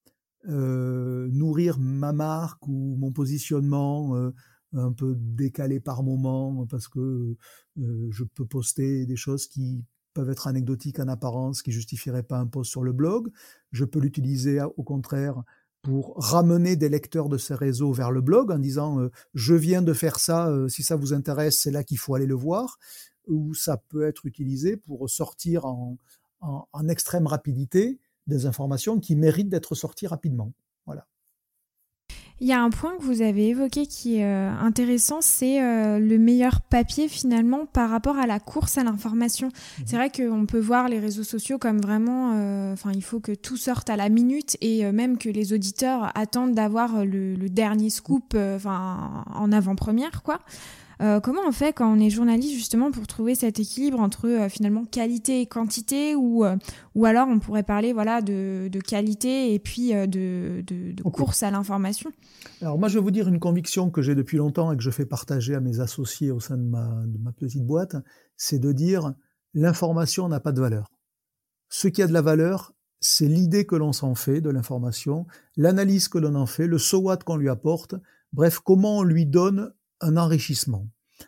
euh, nourrir ma marque ou mon positionnement euh, un peu décalé par moment parce que euh, je peux poster des choses qui peuvent être anecdotiques en apparence, qui justifieraient pas un post sur le blog. Je peux l'utiliser au contraire pour ramener des lecteurs de ces réseaux vers le blog en disant euh, je viens de faire ça, euh, si ça vous intéresse, c'est là qu'il faut aller le voir. Ou ça peut être utilisé pour sortir en, en, en extrême rapidité des informations qui méritent d'être sorties rapidement. Voilà. Il y a un point que vous avez évoqué qui est euh, intéressant, c'est euh, le meilleur papier finalement par rapport à la course à l'information. Mmh. C'est vrai qu'on peut voir les réseaux sociaux comme vraiment, enfin euh, il faut que tout sorte à la minute et euh, même que les auditeurs attendent d'avoir le, le dernier scoop enfin euh, en avant-première quoi. Euh, comment on fait quand on est journaliste justement pour trouver cet équilibre entre euh, finalement qualité et quantité ou, euh, ou alors on pourrait parler voilà, de, de qualité et puis euh, de, de, de okay. course à l'information? Alors moi je vais vous dire une conviction que j'ai depuis longtemps et que je fais partager à mes associés au sein de ma, de ma petite boîte, c'est de dire l'information n'a pas de valeur. Ce qui a de la valeur, c'est l'idée que l'on s'en fait de l'information, l'analyse que l'on en fait, le so what qu'on lui apporte, bref, comment on lui donne un enrichissement.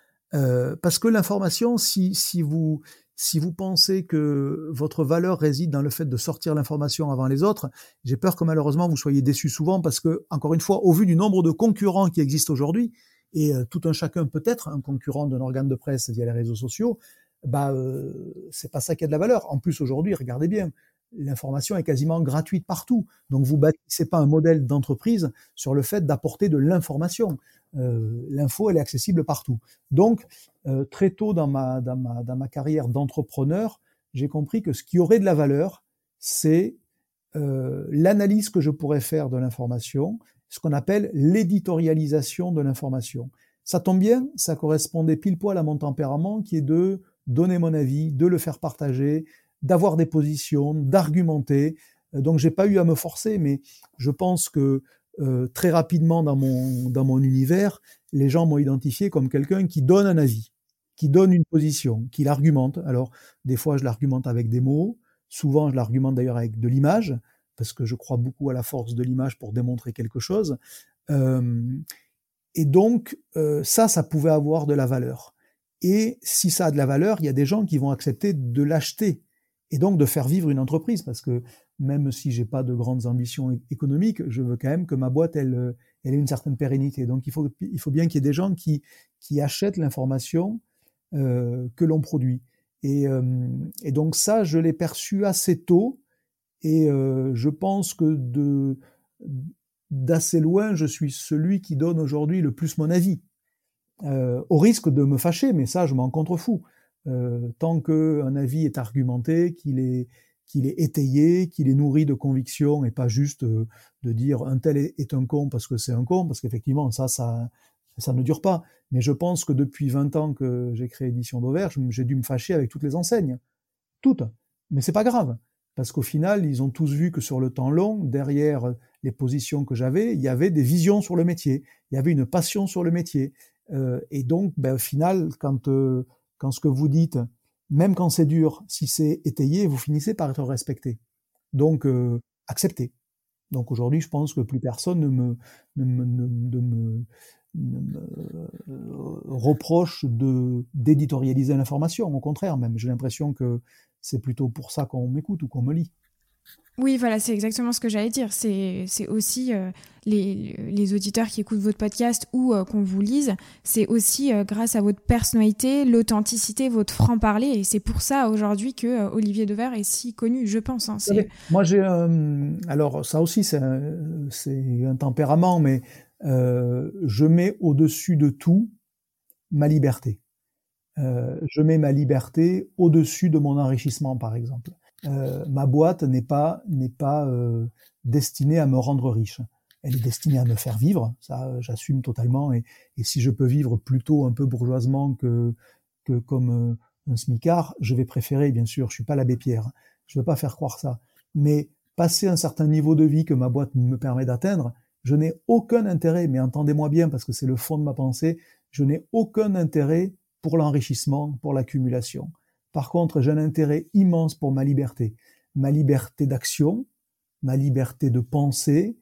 Euh, parce que l'information, si, si, vous, si vous pensez que votre valeur réside dans le fait de sortir l'information avant les autres, j'ai peur que malheureusement vous soyez déçus souvent parce que, encore une fois, au vu du nombre de concurrents qui existent aujourd'hui, et euh, tout un chacun peut être un concurrent d'un organe de presse via les réseaux sociaux, bah, euh, c'est pas ça qui a de la valeur. En plus, aujourd'hui, regardez bien, l'information est quasiment gratuite partout. Donc, vous bâtissez pas un modèle d'entreprise sur le fait d'apporter de l'information. Euh, l'info, elle est accessible partout. Donc, euh, très tôt dans ma, dans ma, dans ma carrière d'entrepreneur, j'ai compris que ce qui aurait de la valeur, c'est euh, l'analyse que je pourrais faire de l'information, ce qu'on appelle l'éditorialisation de l'information. Ça tombe bien, ça correspondait pile poil à mon tempérament qui est de donner mon avis, de le faire partager, d'avoir des positions, d'argumenter. Donc, j'ai pas eu à me forcer, mais je pense que Euh, très rapidement dans mon, dans mon univers, les gens m'ont identifié comme quelqu'un qui donne un avis, qui donne une position, qui l'argumente. Alors, des fois, je l'argumente avec des mots, souvent, je l'argumente d'ailleurs avec de l'image, parce que je crois beaucoup à la force de l'image pour démontrer quelque chose. Euh, et donc, euh, ça, ça pouvait avoir de la valeur. Et si ça a de la valeur, il y a des gens qui vont accepter de l'acheter et donc de faire vivre une entreprise, parce que même si j'ai pas de grandes ambitions économiques, je veux quand même que ma boîte, elle, elle ait une certaine pérennité. Donc il faut, il faut bien qu'il y ait des gens qui, qui achètent l'information euh, que l'on produit. Et, euh, et donc ça, je l'ai perçu assez tôt, et euh, je pense que de, d'assez loin, je suis celui qui donne aujourd'hui le plus mon avis, euh, au risque de me fâcher, mais ça, je m'en contrefous. Euh, tant qu'un avis est argumenté, qu'il est, qu'il est étayé, qu'il est nourri de convictions et pas juste euh, de dire un tel est, est un con parce que c'est un con, parce qu'effectivement, ça, ça, ça ne dure pas. Mais je pense que depuis vingt ans que j'ai créé Édition d'Auvergne, j'ai dû me fâcher avec toutes les enseignes. Toutes. Mais c'est pas grave. Parce qu'au final, ils ont tous vu que sur le temps long, derrière les positions que j'avais, il y avait des visions sur le métier. Il y avait une passion sur le métier. Euh, et donc, ben, au final, quand... Euh, quand ce que vous dites, même quand c'est dur, si c'est étayé, vous finissez par être respecté. Donc, euh, acceptez. Donc aujourd'hui, je pense que plus personne ne me, ne me, ne, ne me, ne me euh, reproche de, d'éditorialiser l'information. Au contraire, même, j'ai l'impression que c'est plutôt pour ça qu'on m'écoute ou qu'on me lit. Oui, voilà, c'est exactement ce que j'allais dire. C'est, c'est aussi euh, les, les auditeurs qui écoutent votre podcast ou euh, qu'on vous lise, c'est aussi euh, grâce à votre personnalité, l'authenticité, votre franc-parler. Et c'est pour ça aujourd'hui que euh, Olivier Dauvert est si connu, je pense. Hein, c'est... Moi, j'ai un... Alors, ça aussi, c'est un, c'est un tempérament, mais euh, je mets au-dessus de tout ma liberté. Euh, je mets ma liberté au-dessus de mon enrichissement, par exemple. Euh, ma boîte n'est pas n'est pas euh, destinée à me rendre riche. Elle est destinée à me faire vivre, ça euh, j'assume totalement. Et, et si je peux vivre plutôt un peu bourgeoisement que que comme euh, un smicard, je vais préférer, bien sûr. Je suis pas l'abbé Pierre. Je veux pas faire croire ça. Mais passer un certain niveau de vie que ma boîte me permet d'atteindre, je n'ai aucun intérêt. Mais entendez-moi bien, parce que c'est le fond de ma pensée. Je n'ai aucun intérêt pour l'enrichissement, pour l'accumulation. Par contre, j'ai un intérêt immense pour ma liberté. Ma liberté d'action, ma liberté de penser.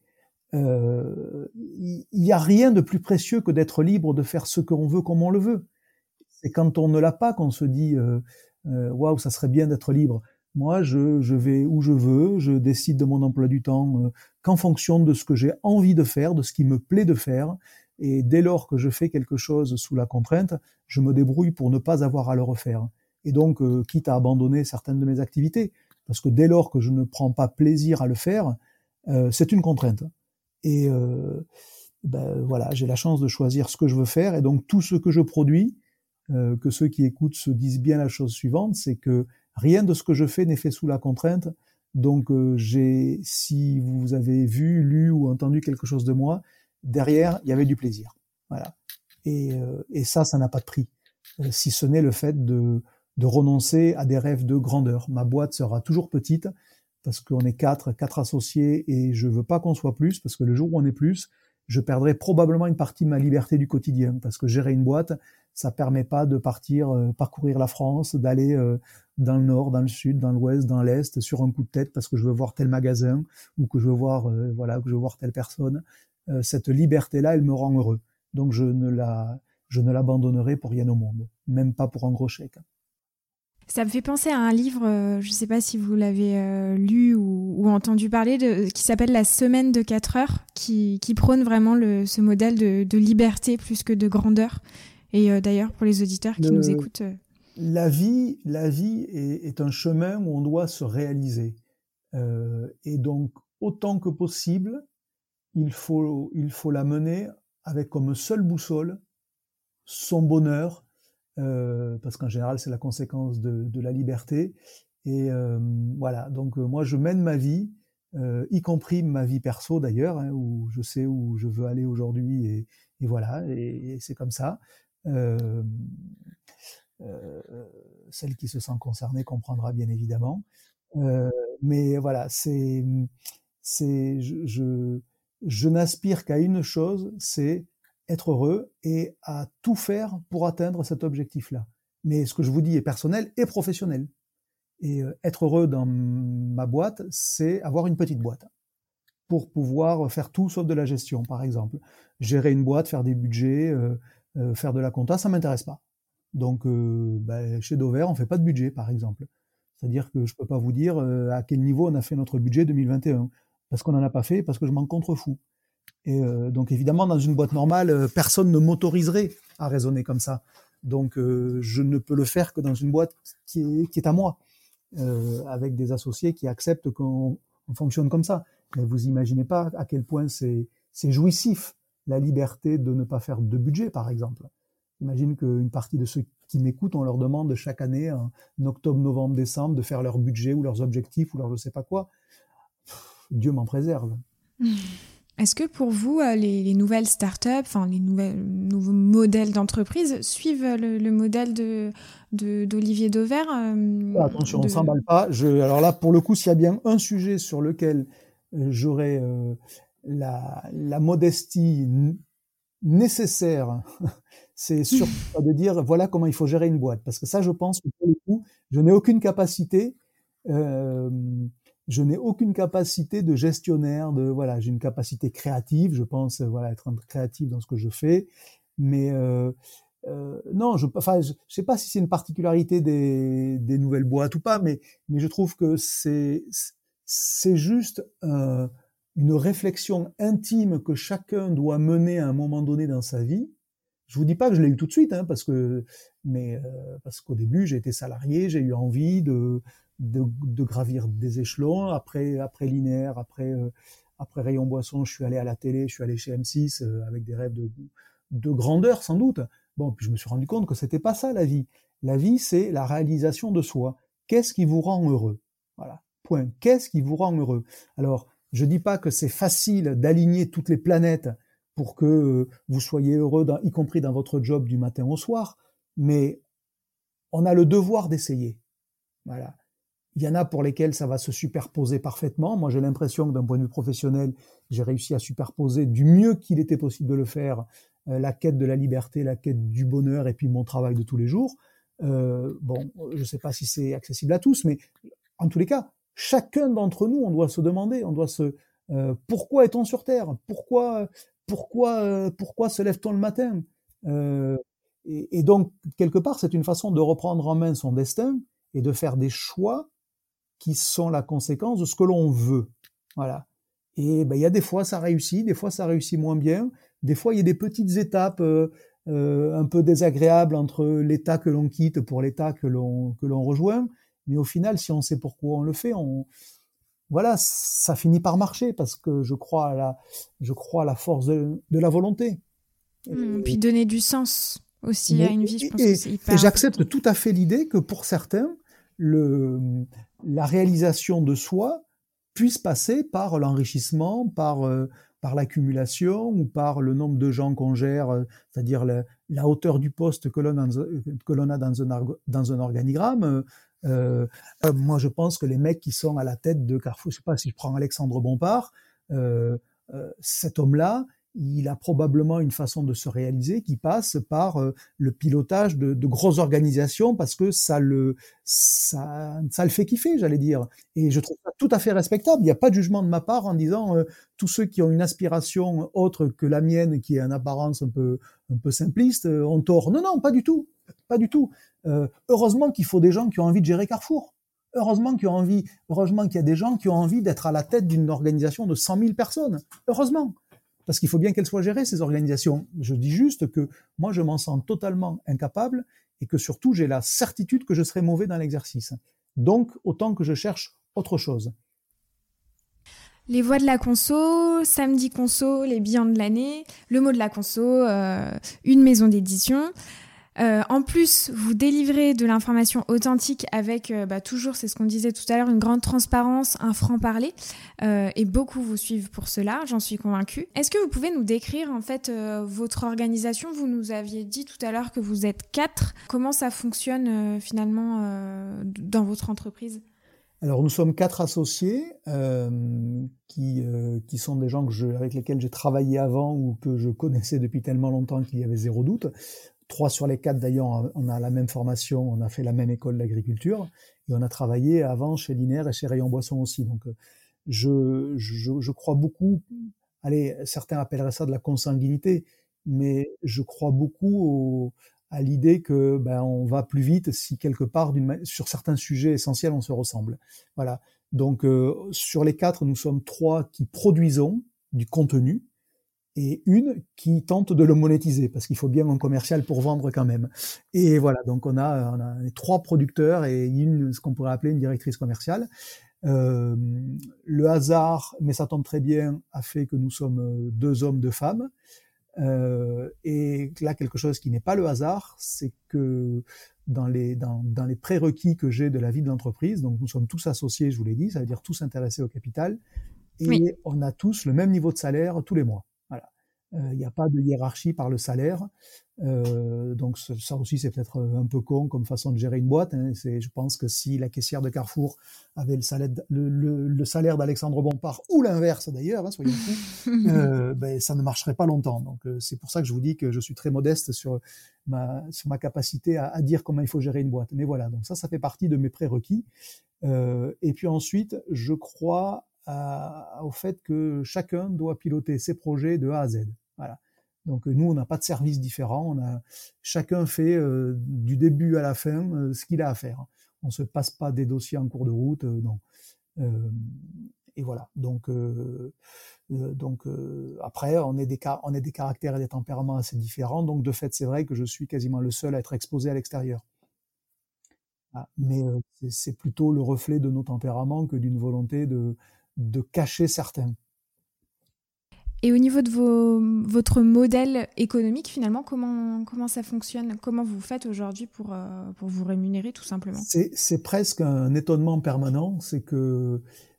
Euh, il n'y a rien de plus précieux que d'être libre de faire ce qu'on veut comme on le veut. C'est quand on ne l'a pas qu'on se dit euh, euh, waouh, ça serait bien d'être libre. Moi, je, je vais où je veux, je décide de mon emploi du temps euh, qu'en fonction de ce que j'ai envie de faire, de ce qui me plaît de faire. Et dès lors que je fais quelque chose sous la contrainte, je me débrouille pour ne pas avoir à le refaire. Et donc, euh, quitte à abandonner certaines de mes activités, parce que dès lors que je ne prends pas plaisir à le faire, euh, c'est une contrainte. Et euh, ben, voilà, j'ai la chance de choisir ce que je veux faire, et donc tout ce que je produis, euh, que ceux qui écoutent se disent bien la chose suivante, c'est que rien de ce que je fais n'est fait sous la contrainte. Donc, euh, j'ai, si vous avez vu, lu ou entendu quelque chose de moi, derrière, il y avait du plaisir. Voilà. Et, euh, et ça, ça n'a pas de prix, euh, si ce n'est le fait de, de renoncer à des rêves de grandeur. Ma boîte sera toujours petite parce qu'on est quatre, quatre associés, et je veux pas qu'on soit plus, parce que le jour où on est plus, je perdrai probablement une partie de ma liberté du quotidien, parce que gérer une boîte, ça permet pas de partir euh, parcourir la France, d'aller euh, dans le nord, dans le sud, dans l'ouest, dans l'est, sur un coup de tête parce que je veux voir tel magasin ou que je veux voir euh, voilà que je veux voir telle personne. Euh, cette liberté-là, elle me rend heureux. Donc je ne la je ne l'abandonnerai pour rien au monde, même pas pour un gros chèque. Ça me fait penser à un livre, euh, je ne sais pas si vous l'avez euh, lu ou, ou entendu parler, de, qui s'appelle La semaine de quatre heures, qui, qui prône vraiment le, ce modèle de, de liberté plus que de grandeur. Et euh, d'ailleurs, pour les auditeurs qui Le, nous écoutent... Euh... La vie, la vie est, est un chemin où on doit se réaliser. Euh, et donc, autant que possible, il faut, il faut la mener avec comme seule boussole son bonheur, euh, parce qu'en général, c'est la conséquence de, de la liberté. Et euh, voilà, donc euh, moi, je mène ma vie, euh, y compris ma vie perso d'ailleurs, hein, où je sais où je veux aller aujourd'hui, et, et voilà, et, et c'est comme ça. Euh, euh, Celle qui se sent concernée comprendra bien évidemment. Euh, mais voilà, c'est, c'est, je, je, je n'aspire qu'à une chose, c'est être heureux et à tout faire pour atteindre cet objectif-là. Mais ce que je vous dis est personnel et professionnel. Et euh, être heureux dans ma boîte, c'est avoir une petite boîte pour pouvoir faire tout sauf de la gestion, par exemple. Gérer une boîte, faire des budgets, euh, euh, faire de la compta, ça m'intéresse pas. Donc, euh, ben, chez Dover, on fait pas de budget, par exemple. C'est-à-dire que je peux pas vous dire euh, à quel niveau on a fait notre budget deux mille vingt et un, parce qu'on en a pas fait, parce que je m'en contrefous. Et euh, donc, évidemment, dans une boîte normale, euh, personne ne m'autoriserait à raisonner comme ça. Donc, euh, je ne peux le faire que dans une boîte qui est, qui est à moi, euh, avec des associés qui acceptent qu'on on fonctionne comme ça. Mais vous imaginez pas à quel point c'est, c'est jouissif, la liberté de ne pas faire de budget, par exemple. J'imagine qu'une partie de ceux qui m'écoutent, on leur demande chaque année, en octobre, novembre, décembre, de faire leur budget ou leurs objectifs ou leur je sais pas quoi. Pff, Dieu m'en préserve. Est-ce que pour vous, les, les nouvelles startups, enfin les nouvelles, nouveaux modèles d'entreprise suivent le, le modèle de, de, d'Olivier Dauvert euh, Attention, de... on s'emballe pas. Je, alors là, pour le coup, s'il y a bien un sujet sur lequel euh, j'aurais euh, la, la modestie n- nécessaire, c'est surtout pas de dire voilà comment il faut gérer une boîte. Parce que ça, je pense que pour le coup, je n'ai aucune capacité. Euh, je n'ai aucune capacité de gestionnaire. De voilà, j'ai une capacité créative. Je pense euh, voilà être un créatif dans ce que je fais, mais euh, euh, non, je, enfin, je, je sais pas si c'est une particularité des, des nouvelles boîtes ou pas, mais mais je trouve que c'est c'est juste euh, une réflexion intime que chacun doit mener à un moment donné dans sa vie. Je vous dis pas que je l'ai eu tout de suite, hein, parce que, mais euh, parce qu'au début j'ai été salarié, j'ai eu envie de de, de gravir des échelons. Après, après linéaire, après euh, après Rayon Boisson, je suis allé à la télé, je suis allé chez M six euh, avec des rêves de de grandeur sans doute. Bon, puis je me suis rendu compte que c'était pas ça la vie. La vie, c'est la réalisation de soi. Qu'est-ce qui vous rend heureux? Voilà. Point. Qu'est-ce qui vous rend heureux? Alors, je dis pas que c'est facile d'aligner toutes les planètes pour que vous soyez heureux, dans, y compris dans votre job du matin au soir, mais on a le devoir d'essayer. Voilà. Il y en a pour lesquels ça va se superposer parfaitement. Moi, j'ai l'impression que d'un point de vue professionnel, j'ai réussi à superposer du mieux qu'il était possible de le faire euh, la quête de la liberté, la quête du bonheur et puis mon travail de tous les jours. Euh, bon, je ne sais pas si c'est accessible à tous, mais en tous les cas, chacun d'entre nous, on doit se demander, on doit se euh, pourquoi est-on sur Terre? Pourquoi, pourquoi, euh, pourquoi se lève-t-on le matin? euh, et, et donc, quelque part, c'est une façon de reprendre en main son destin et de faire des choix qui sont la conséquence de ce que l'on veut. Voilà. Et ben, il y a des fois ça réussit, des fois ça réussit moins bien, des fois il y a des petites étapes euh, euh, un peu désagréables entre l'état que l'on quitte pour l'état que l'on que l'on rejoint, mais au final, si on sait pourquoi on le fait, on voilà, ça finit par marcher parce que je crois à la je crois à la force de, de la volonté. Mmh, et puis donner du sens aussi mais, à une vie, je pense et, que c'est hyper et j'accepte important. tout à fait l'idée que pour certains, le, la réalisation de soi puisse passer par l'enrichissement, par, euh, par l'accumulation ou par le nombre de gens qu'on gère, euh, c'est-à-dire la, la hauteur du poste que l'on a, que l'on a dans, un, dans un organigramme. Euh, euh, moi, je pense que les mecs qui sont à la tête de Carrefour, je sais pas si je prends Alexandre Bompard, euh, euh, cet homme-là, il a probablement une façon de se réaliser qui passe par euh, le pilotage de, de grosses organisations parce que ça le, ça, ça le fait kiffer, j'allais dire. Et je trouve ça tout à fait respectable. Il n'y a pas de jugement de ma part en disant euh, tous ceux qui ont une aspiration autre que la mienne, qui est en apparence un peu, un peu simpliste, euh, ont tort. Non, non, pas du tout. Pas du tout. Euh, heureusement qu'il faut des gens qui ont envie de gérer Carrefour. Heureusement qu'il y a envie, heureusement qu'il y a des gens qui ont envie d'être à la tête d'une organisation de cent mille personnes. Heureusement. Parce qu'il faut bien qu'elles soient gérées, ces organisations. Je dis juste que moi, je m'en sens totalement incapable et que surtout, j'ai la certitude que je serai mauvais dans l'exercice. Donc, autant que je cherche autre chose. Les voix de la conso, samedi conso, les bilans de l'année, le mot de la conso, euh, une maison d'édition. Euh, en plus, vous délivrez de l'information authentique avec, euh, bah, toujours, c'est ce qu'on disait tout à l'heure, une grande transparence, un franc-parler. Euh, et beaucoup vous suivent pour cela, j'en suis convaincue. Est-ce que vous pouvez nous décrire, en fait, euh, votre organisation? Vous nous aviez dit tout à l'heure que vous êtes quatre. Comment ça fonctionne, euh, finalement, euh, dans votre entreprise? Alors, nous sommes quatre associés euh, qui, euh, qui sont des gens que je, avec lesquels j'ai travaillé avant ou que je connaissais depuis tellement longtemps qu'il y avait zéro doute. Trois sur les quatre, d'ailleurs, on a la même formation, on a fait la même école d'agriculture et on a travaillé avant chez Linéaire et chez Rayon Boisson aussi. Donc, je, je, je crois beaucoup, allez, certains appelleraient ça de la consanguinité, mais je crois beaucoup au, à l'idée que ben, on va plus vite si quelque part, sur certains sujets essentiels, on se ressemble. Voilà. Donc, euh, sur les quatre, nous sommes trois qui produisons du contenu, et une qui tente de le monétiser, parce qu'il faut bien un commercial pour vendre quand même. Et voilà, donc on a, on a trois producteurs et une, ce qu'on pourrait appeler une directrice commerciale. Euh, le hasard, mais ça tombe très bien, a fait que nous sommes deux hommes, deux femmes. Euh, et là, quelque chose qui n'est pas le hasard, c'est que dans les, dans, dans les prérequis que j'ai de la vie de l'entreprise, donc nous sommes tous associés, je vous l'ai dit, ça veut dire tous intéressés au capital, et oui. On a tous le même niveau de salaire tous les mois. Il euh, n'y a pas de hiérarchie par le salaire. Euh, donc ça aussi, c'est peut-être un peu con comme façon de gérer une boîte. Hein. C'est, je pense que si la caissière de Carrefour avait le salaire, le, le, le salaire d'Alexandre Bompard, ou l'inverse d'ailleurs, hein, soyons fous, euh, ben, ça ne marcherait pas longtemps. Donc euh, c'est pour ça que je vous dis que je suis très modeste sur ma, sur ma capacité à, à dire comment il faut gérer une boîte. Mais voilà, donc ça, ça fait partie de mes prérequis. Euh, et puis ensuite, je crois à, au fait que chacun doit piloter ses projets de A à Z. Voilà. Donc nous, on n'a pas de service différent. On a, chacun fait euh, du début à la fin euh, ce qu'il a à faire. On se passe pas des dossiers en cours de route, euh, non. Euh, et voilà. Donc, euh, euh, donc euh, après, on est, des, on est des caractères et des tempéraments assez différents. Donc, de fait, c'est vrai que je suis quasiment le seul à être exposé à l'extérieur. Ah, mais euh, c'est c'est plutôt le reflet de nos tempéraments que d'une volonté de, de cacher certains. Et au niveau de vos, votre modèle économique, finalement, comment, comment ça fonctionne? Comment vous faites aujourd'hui pour, euh, pour vous rémunérer, tout simplement? C'est, c'est presque un étonnement permanent, c'est que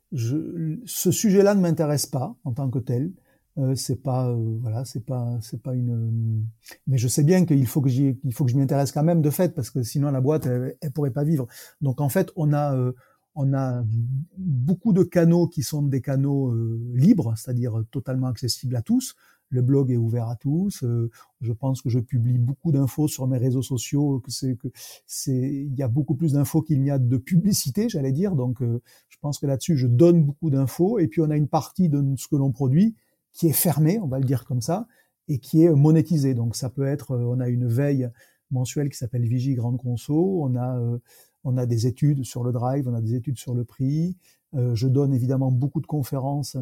je, ce sujet-là ne m'intéresse pas en tant que tel. Euh, c'est pas, euh, voilà, c'est pas, c'est pas une. Mais je sais bien qu'il faut que j'y, il faut que je m'y intéresse quand même de fait, parce que sinon la boîte, elle, elle pourrait pas vivre. Donc en fait, on a, euh, on a beaucoup de canaux qui sont des canaux euh, libres, c'est-à-dire totalement accessibles à tous. Le blog est ouvert à tous. Euh, je pense que je publie beaucoup d'infos sur mes réseaux sociaux. Que c'est que c'est, il y a beaucoup plus d'infos qu'il n'y a de publicité, j'allais dire. Donc, euh, je pense que là-dessus, je donne beaucoup d'infos. Et puis, on a une partie de ce que l'on produit qui est fermée, on va le dire comme ça, et qui est monétisée. Donc, ça peut être, on a une veille mensuelle qui s'appelle Vigie Grande Conso. On a, euh, on a des études sur le drive, on a des études sur le prix. Euh, je donne évidemment beaucoup de conférences.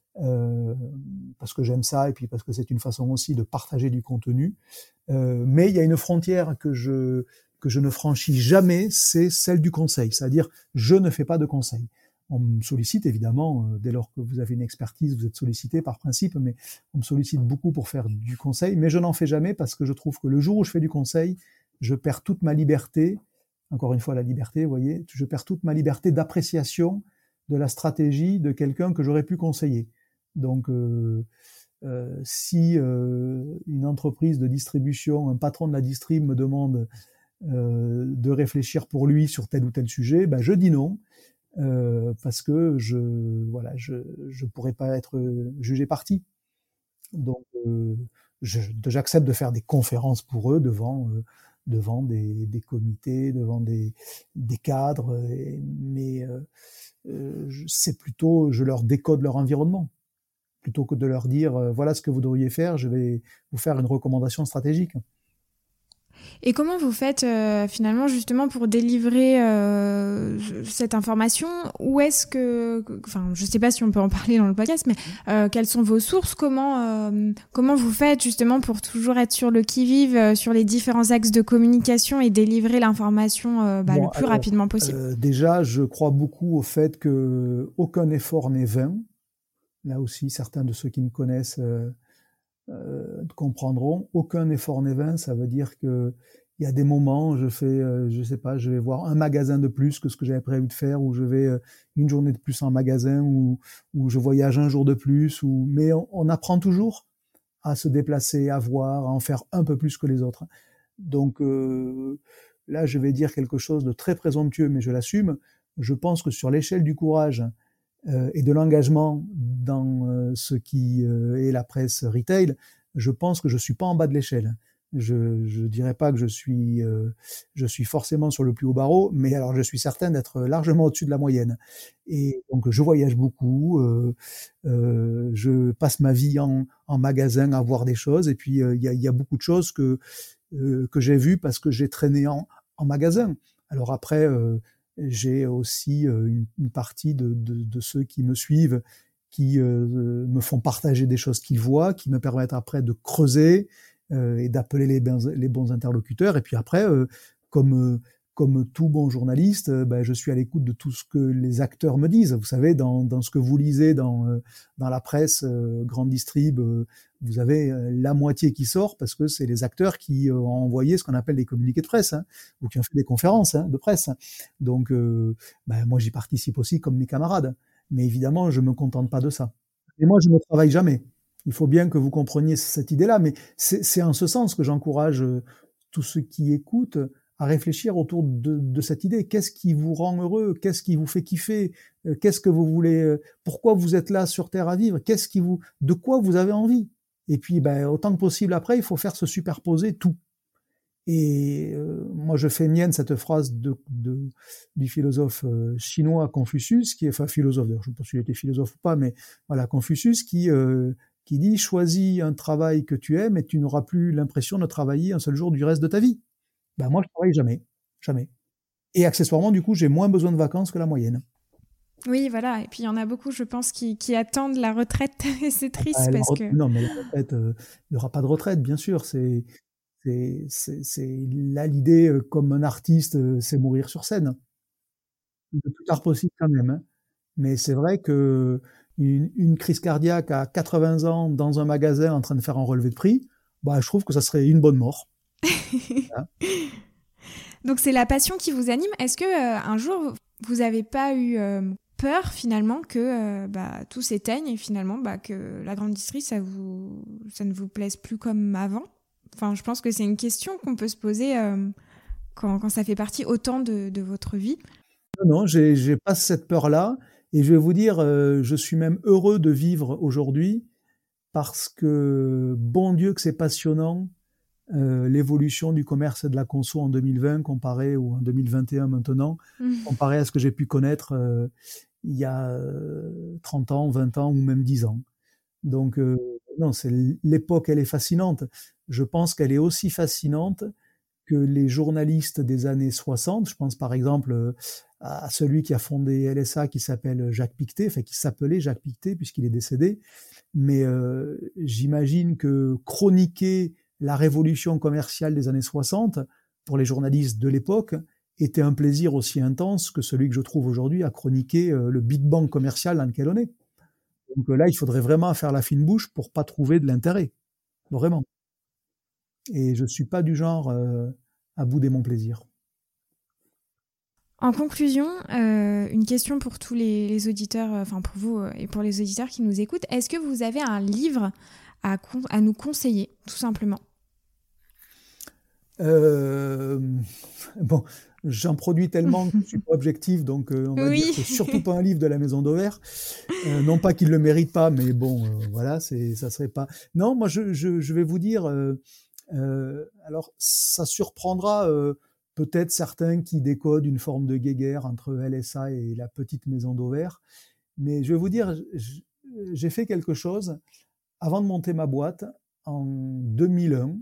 Euh, parce que j'aime ça et puis parce que c'est une façon aussi de partager du contenu. Euh, mais il y a une frontière que je que je ne franchis jamais, c'est celle du conseil. C'est-à-dire, je ne fais pas de conseil. On me sollicite évidemment, euh, dès lors que vous avez une expertise, vous êtes sollicité par principe, mais on me sollicite beaucoup pour faire du conseil, mais je n'en fais jamais parce que je trouve que le jour où je fais du conseil, je perds toute ma liberté, encore une fois la liberté, vous voyez, je perds toute ma liberté d'appréciation de la stratégie de quelqu'un que j'aurais pu conseiller. Donc, euh, euh, si euh, une entreprise de distribution, un patron de la distrib me demande euh, de réfléchir pour lui sur tel ou tel sujet, ben je dis non euh, parce que je voilà, je je pourrais pas être jugé parti. Donc, euh, je, j'accepte de faire des conférences pour eux devant euh, devant des, des comités, devant des des cadres, et, mais euh, euh, c'est plutôt je leur décode leur environnement plutôt que de leur dire euh, voilà ce que vous devriez faire, je vais vous faire une recommandation stratégique. Et comment vous faites euh, finalement justement pour délivrer euh, cette information? Où est-ce que, enfin, je sais pas si on peut en parler dans le podcast, mais euh, quelles sont vos sources? Comment euh, comment vous faites justement pour toujours être sur le qui-vive euh, sur les différents axes de communication et délivrer l'information euh, bah, Bon, le plus alors, rapidement possible? euh, déjà, je crois beaucoup au fait que aucun effort n'est vain. Là aussi, certains de ceux qui me connaissent euh, euh, comprendront. Aucun effort n'est vain. Ça veut dire que il y a des moments, où je fais, euh, je sais pas, je vais voir un magasin de plus que ce que j'avais prévu de faire, ou je vais euh, une journée de plus en magasin, ou, ou je voyage un jour de plus. Ou mais on, on apprend toujours à se déplacer, à voir, à en faire un peu plus que les autres. Donc euh, là, je vais dire quelque chose de très présomptueux, mais je l'assume. Je pense que sur l'échelle du courage euh, et de l'engagement dans euh, ce qui euh, est la presse retail, je pense que je suis pas en bas de l'échelle. Je ne dirais pas que je suis, euh, je suis forcément sur le plus haut barreau, mais alors je suis certain d'être largement au-dessus de la moyenne. Et donc je voyage beaucoup, euh, euh, je passe ma vie en, en magasin à voir des choses, et puis il euh, y, a, y a beaucoup de choses que euh, que j'ai vues parce que j'ai traîné en, en magasin. Alors après, euh, j'ai aussi euh, une, une partie de, de, de ceux qui me suivent qui euh, me font partager des choses qu'ils voient, qui me permettent après de creuser euh, et d'appeler les, bons, les bons interlocuteurs. Et puis après, euh, comme, comme tout bon journaliste, euh, ben, je suis à l'écoute de tout ce que les acteurs me disent. Vous savez, dans, dans ce que vous lisez dans, euh, dans la presse, euh, grande distrib, euh, vous avez euh, la moitié qui sort parce que c'est les acteurs qui euh, ont envoyé ce qu'on appelle des communiqués de presse, hein, ou qui ont fait des conférences hein, de presse. Donc, euh, ben, moi, j'y participe aussi comme mes camarades. Mais évidemment, je ne me contente pas de ça. Et moi, je ne travaille jamais. Il faut bien que vous compreniez cette idée-là, mais c'est, c'est en ce sens que j'encourage euh, tous ceux qui écoutent à réfléchir autour de, de cette idée. Qu'est-ce qui vous rend heureux? Qu'est-ce qui vous fait kiffer? euh, Qu'est-ce que vous voulez? euh, Pourquoi vous êtes là sur Terre à vivre? Qu'est-ce qui vous, de quoi vous avez envie? Et puis, ben, autant que possible après, il faut faire se superposer tout. Et euh, moi, je fais mienne cette phrase de, de, du philosophe euh, chinois Confucius, qui est, enfin philosophe, d'ailleurs, je ne sais pas s'il était philosophe ou pas, mais voilà, Confucius, qui, euh, qui dit « Choisis un travail que tu aimes et tu n'auras plus l'impression de travailler un seul jour du reste de ta vie. » Ben moi, je travaille jamais, jamais. Et accessoirement, du coup, j'ai moins besoin de vacances que la moyenne. Oui, voilà. Et puis, il y en a beaucoup, je pense, qui, qui attendent la retraite. Et c'est triste Ah, la parce re- que... Non, mais la retraite, euh, il n'y aura pas de retraite, bien sûr. C'est, c'est, c'est, c'est là l'idée, euh, comme un artiste, euh, c'est mourir sur scène, le plus tard possible quand même, hein. Mais c'est vrai que une, une crise cardiaque à quatre-vingts ans dans un magasin en train de faire un relevé de prix, bah, je trouve que ça serait une bonne mort. Voilà. Donc, c'est la passion qui vous anime. Est-ce que euh, un jour, vous n'avez pas eu euh, peur, finalement, que euh, bah, tout s'éteigne et finalement, bah, que la grande distillerie, ça, vous... ça ne vous plaise plus comme avant? Enfin, je pense que c'est une question qu'on peut se poser euh, quand, quand ça fait partie autant de, de votre vie. Non, non, j'ai, j'ai pas cette peur-là. Et je vais vous dire, euh, je suis même heureux de vivre aujourd'hui parce que, bon Dieu, que c'est passionnant, euh, l'évolution du commerce et de la conso en deux mille vingt comparé, ou en deux mille vingt et un maintenant, comparé à ce que j'ai pu connaître euh, il y a euh, trente ans, vingt ans ou même dix ans. Donc, euh, non, c'est l'époque, elle est fascinante. Je pense qu'elle est aussi fascinante que les journalistes des années soixante. Je pense par exemple euh, à celui qui a fondé L S A qui s'appelle Jacques Pictet, enfin qui s'appelait Jacques Pictet puisqu'il est décédé. Mais euh, j'imagine que chroniquer la révolution commerciale des années soixante, pour les journalistes de l'époque, était un plaisir aussi intense que celui que je trouve aujourd'hui à chroniquer euh, le Big Bang commercial dans lequel on est. Donc euh, là, il faudrait vraiment faire la fine bouche pour pas trouver de l'intérêt, vraiment. Et je suis pas du genre euh, à bouder mon plaisir. En conclusion, euh, une question pour tous les, les auditeurs, euh, enfin pour vous euh, et pour les auditeurs qui nous écoutent. Est-ce que vous avez un livre à, con- à nous conseiller, tout simplement? Euh, bon, j'en produis tellement que je suis pas objectif, donc euh, on va dire Oui. que surtout pas un livre de la Maison d'Auvers. Euh, non pas qu'il le mérite pas, mais bon, euh, voilà, c'est, ça serait pas. Non, moi je, je, je vais vous dire, euh, euh, alors ça surprendra euh, peut-être certains qui décodent une forme de guéguerre entre L S A et la petite Maison d'Auvers, mais je vais vous dire, j- j'ai fait quelque chose avant de monter ma boîte en deux mille un.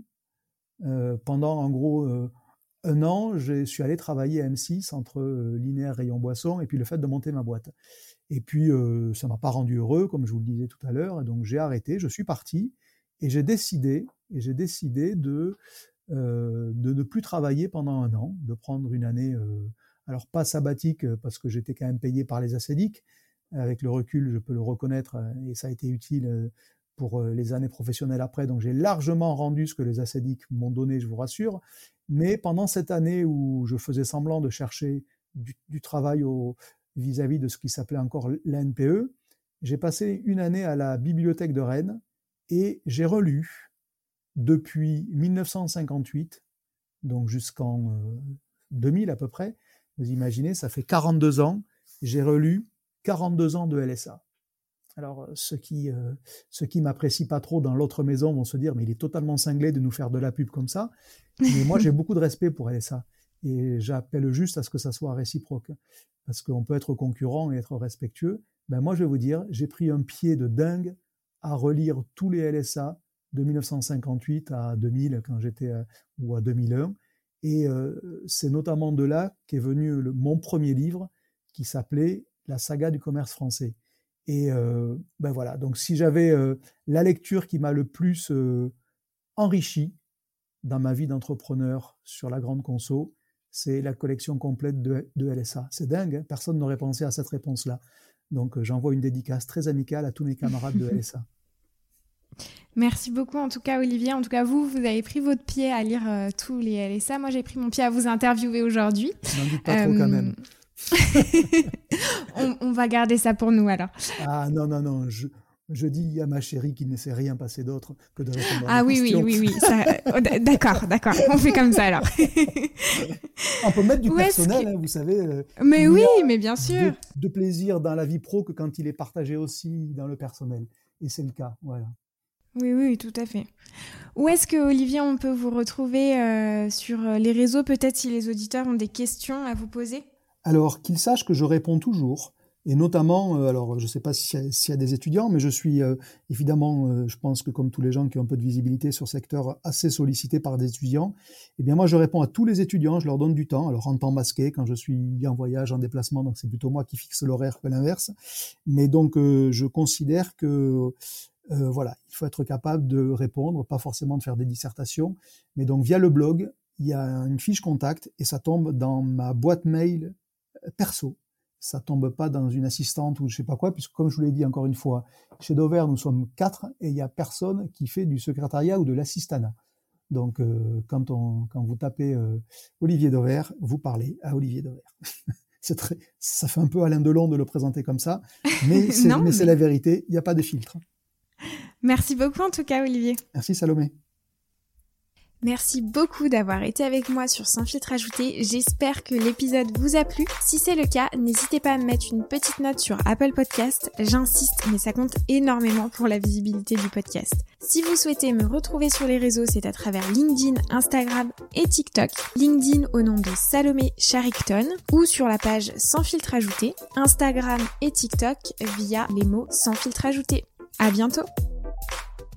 Euh, pendant en gros euh, un an, je suis allé travailler à M six entre euh, linéaire rayon boisson et puis le fait de monter ma boîte. Et puis euh, ça m'a pas rendu heureux, comme je vous le disais tout à l'heure, et donc j'ai arrêté, je suis parti et j'ai décidé et j'ai décidé de euh, de ne plus travailler pendant un an, de prendre une année, euh, alors pas sabbatique parce que j'étais quand même payé par les assédiques. Avec le recul, je peux le reconnaître et ça a été utile pour les années professionnelles après. Donc j'ai largement rendu ce que les assédiques m'ont donné, je vous rassure. Mais pendant cette année où je faisais semblant de chercher du, du travail au, vis-à-vis de ce qui s'appelait encore l'A N P E, j'ai passé une année à la bibliothèque de Rennes et j'ai relu depuis mille neuf cent cinquante-huit, donc jusqu'en euh, deux mille à peu près. Vous imaginez, ça fait quarante-deux ans. J'ai relu quarante-deux ans de L S A. Alors, ceux qui euh, ceux qui m'apprécient pas trop dans l'autre maison vont se dire, mais il est totalement cinglé de nous faire de la pub comme ça. Mais moi, j'ai beaucoup de respect pour L S A. Et j'appelle juste à ce que ça soit réciproque. Parce qu'on peut être concurrent et être respectueux. Ben moi, je vais vous dire, j'ai pris un pied de dingue à relire tous les L S A de mille neuf cent cinquante-huit à deux mille, quand j'étais, à, ou à deux mille un. Et euh, c'est notamment de là qu'est venu le, mon premier livre, qui s'appelait La saga du commerce français. Et euh, ben voilà, donc si j'avais euh, la lecture qui m'a le plus euh, enrichi dans ma vie d'entrepreneur sur la grande conso, c'est la collection complète de, de L S A. C'est dingue, hein, personne n'aurait pensé à cette réponse-là. Donc euh, j'envoie une dédicace très amicale à tous mes camarades de L S A. Merci beaucoup en tout cas Olivier. En tout cas vous, vous avez pris votre pied à lire euh, tous les L S A. Moi j'ai pris mon pied à vous interviewer aujourd'hui. N'en dites pas euh... trop quand même. on, on va garder ça pour nous alors. Ah non, non, non, je, je dis à ma chérie qu'il ne s'est rien passé d'autre que de répondre à ah mes oui, questions. Ah oui, oui, oui, ça... d'accord, d'accord, on fait comme ça alors. On peut mettre du Où personnel, que... hein, vous savez. Euh, mais oui, mais bien sûr. De, de plaisir dans la vie pro que quand il est partagé aussi dans le personnel. Et c'est le cas, voilà. Oui, oui, tout à fait. Où est-ce que, Olivier, on peut vous retrouver euh, sur les réseaux, peut-être si les auditeurs ont des questions à vous poser? Alors, qu'ils sachent que je réponds toujours. Et notamment, euh, alors je ne sais pas s'il y, s'il y a des étudiants, mais je suis euh, évidemment, euh, je pense que comme tous les gens qui ont un peu de visibilité sur ce secteur, assez sollicité par des étudiants. Eh bien moi, je réponds à tous les étudiants, je leur donne du temps, alors en temps masqué, quand je suis en voyage, en déplacement, donc c'est plutôt moi qui fixe l'horaire que l'inverse. Mais donc, euh, je considère que euh, voilà, il faut être capable de répondre, pas forcément de faire des dissertations, mais donc via le blog, il y a une fiche contact et ça tombe dans ma boîte mail perso. Ça tombe pas dans une assistante ou je sais pas quoi, puisque comme je vous l'ai dit encore une fois, chez Dover, nous sommes quatre et il y a personne qui fait du secrétariat ou de l'assistanat. Donc, euh, quand, on, quand vous tapez euh, Olivier Dover, vous parlez à Olivier Dover. C'est très, ça fait un peu Alain Delon de le présenter comme ça, mais c'est, non, mais... mais c'est la vérité, il n'y a pas de filtre. Merci beaucoup en tout cas, Olivier. Merci Salomé. Merci beaucoup d'avoir été avec moi sur Sans filtre ajouté. J'espère que l'épisode vous a plu. Si c'est le cas, n'hésitez pas à me mettre une petite note sur Apple Podcast. J'insiste, mais ça compte énormément pour la visibilité du podcast. Si vous souhaitez me retrouver sur les réseaux, c'est à travers LinkedIn, Instagram et TikTok. LinkedIn au nom de Salomé Charicton ou sur la page Sans filtre ajouté. Instagram et TikTok via les mots Sans filtre ajouté. À bientôt!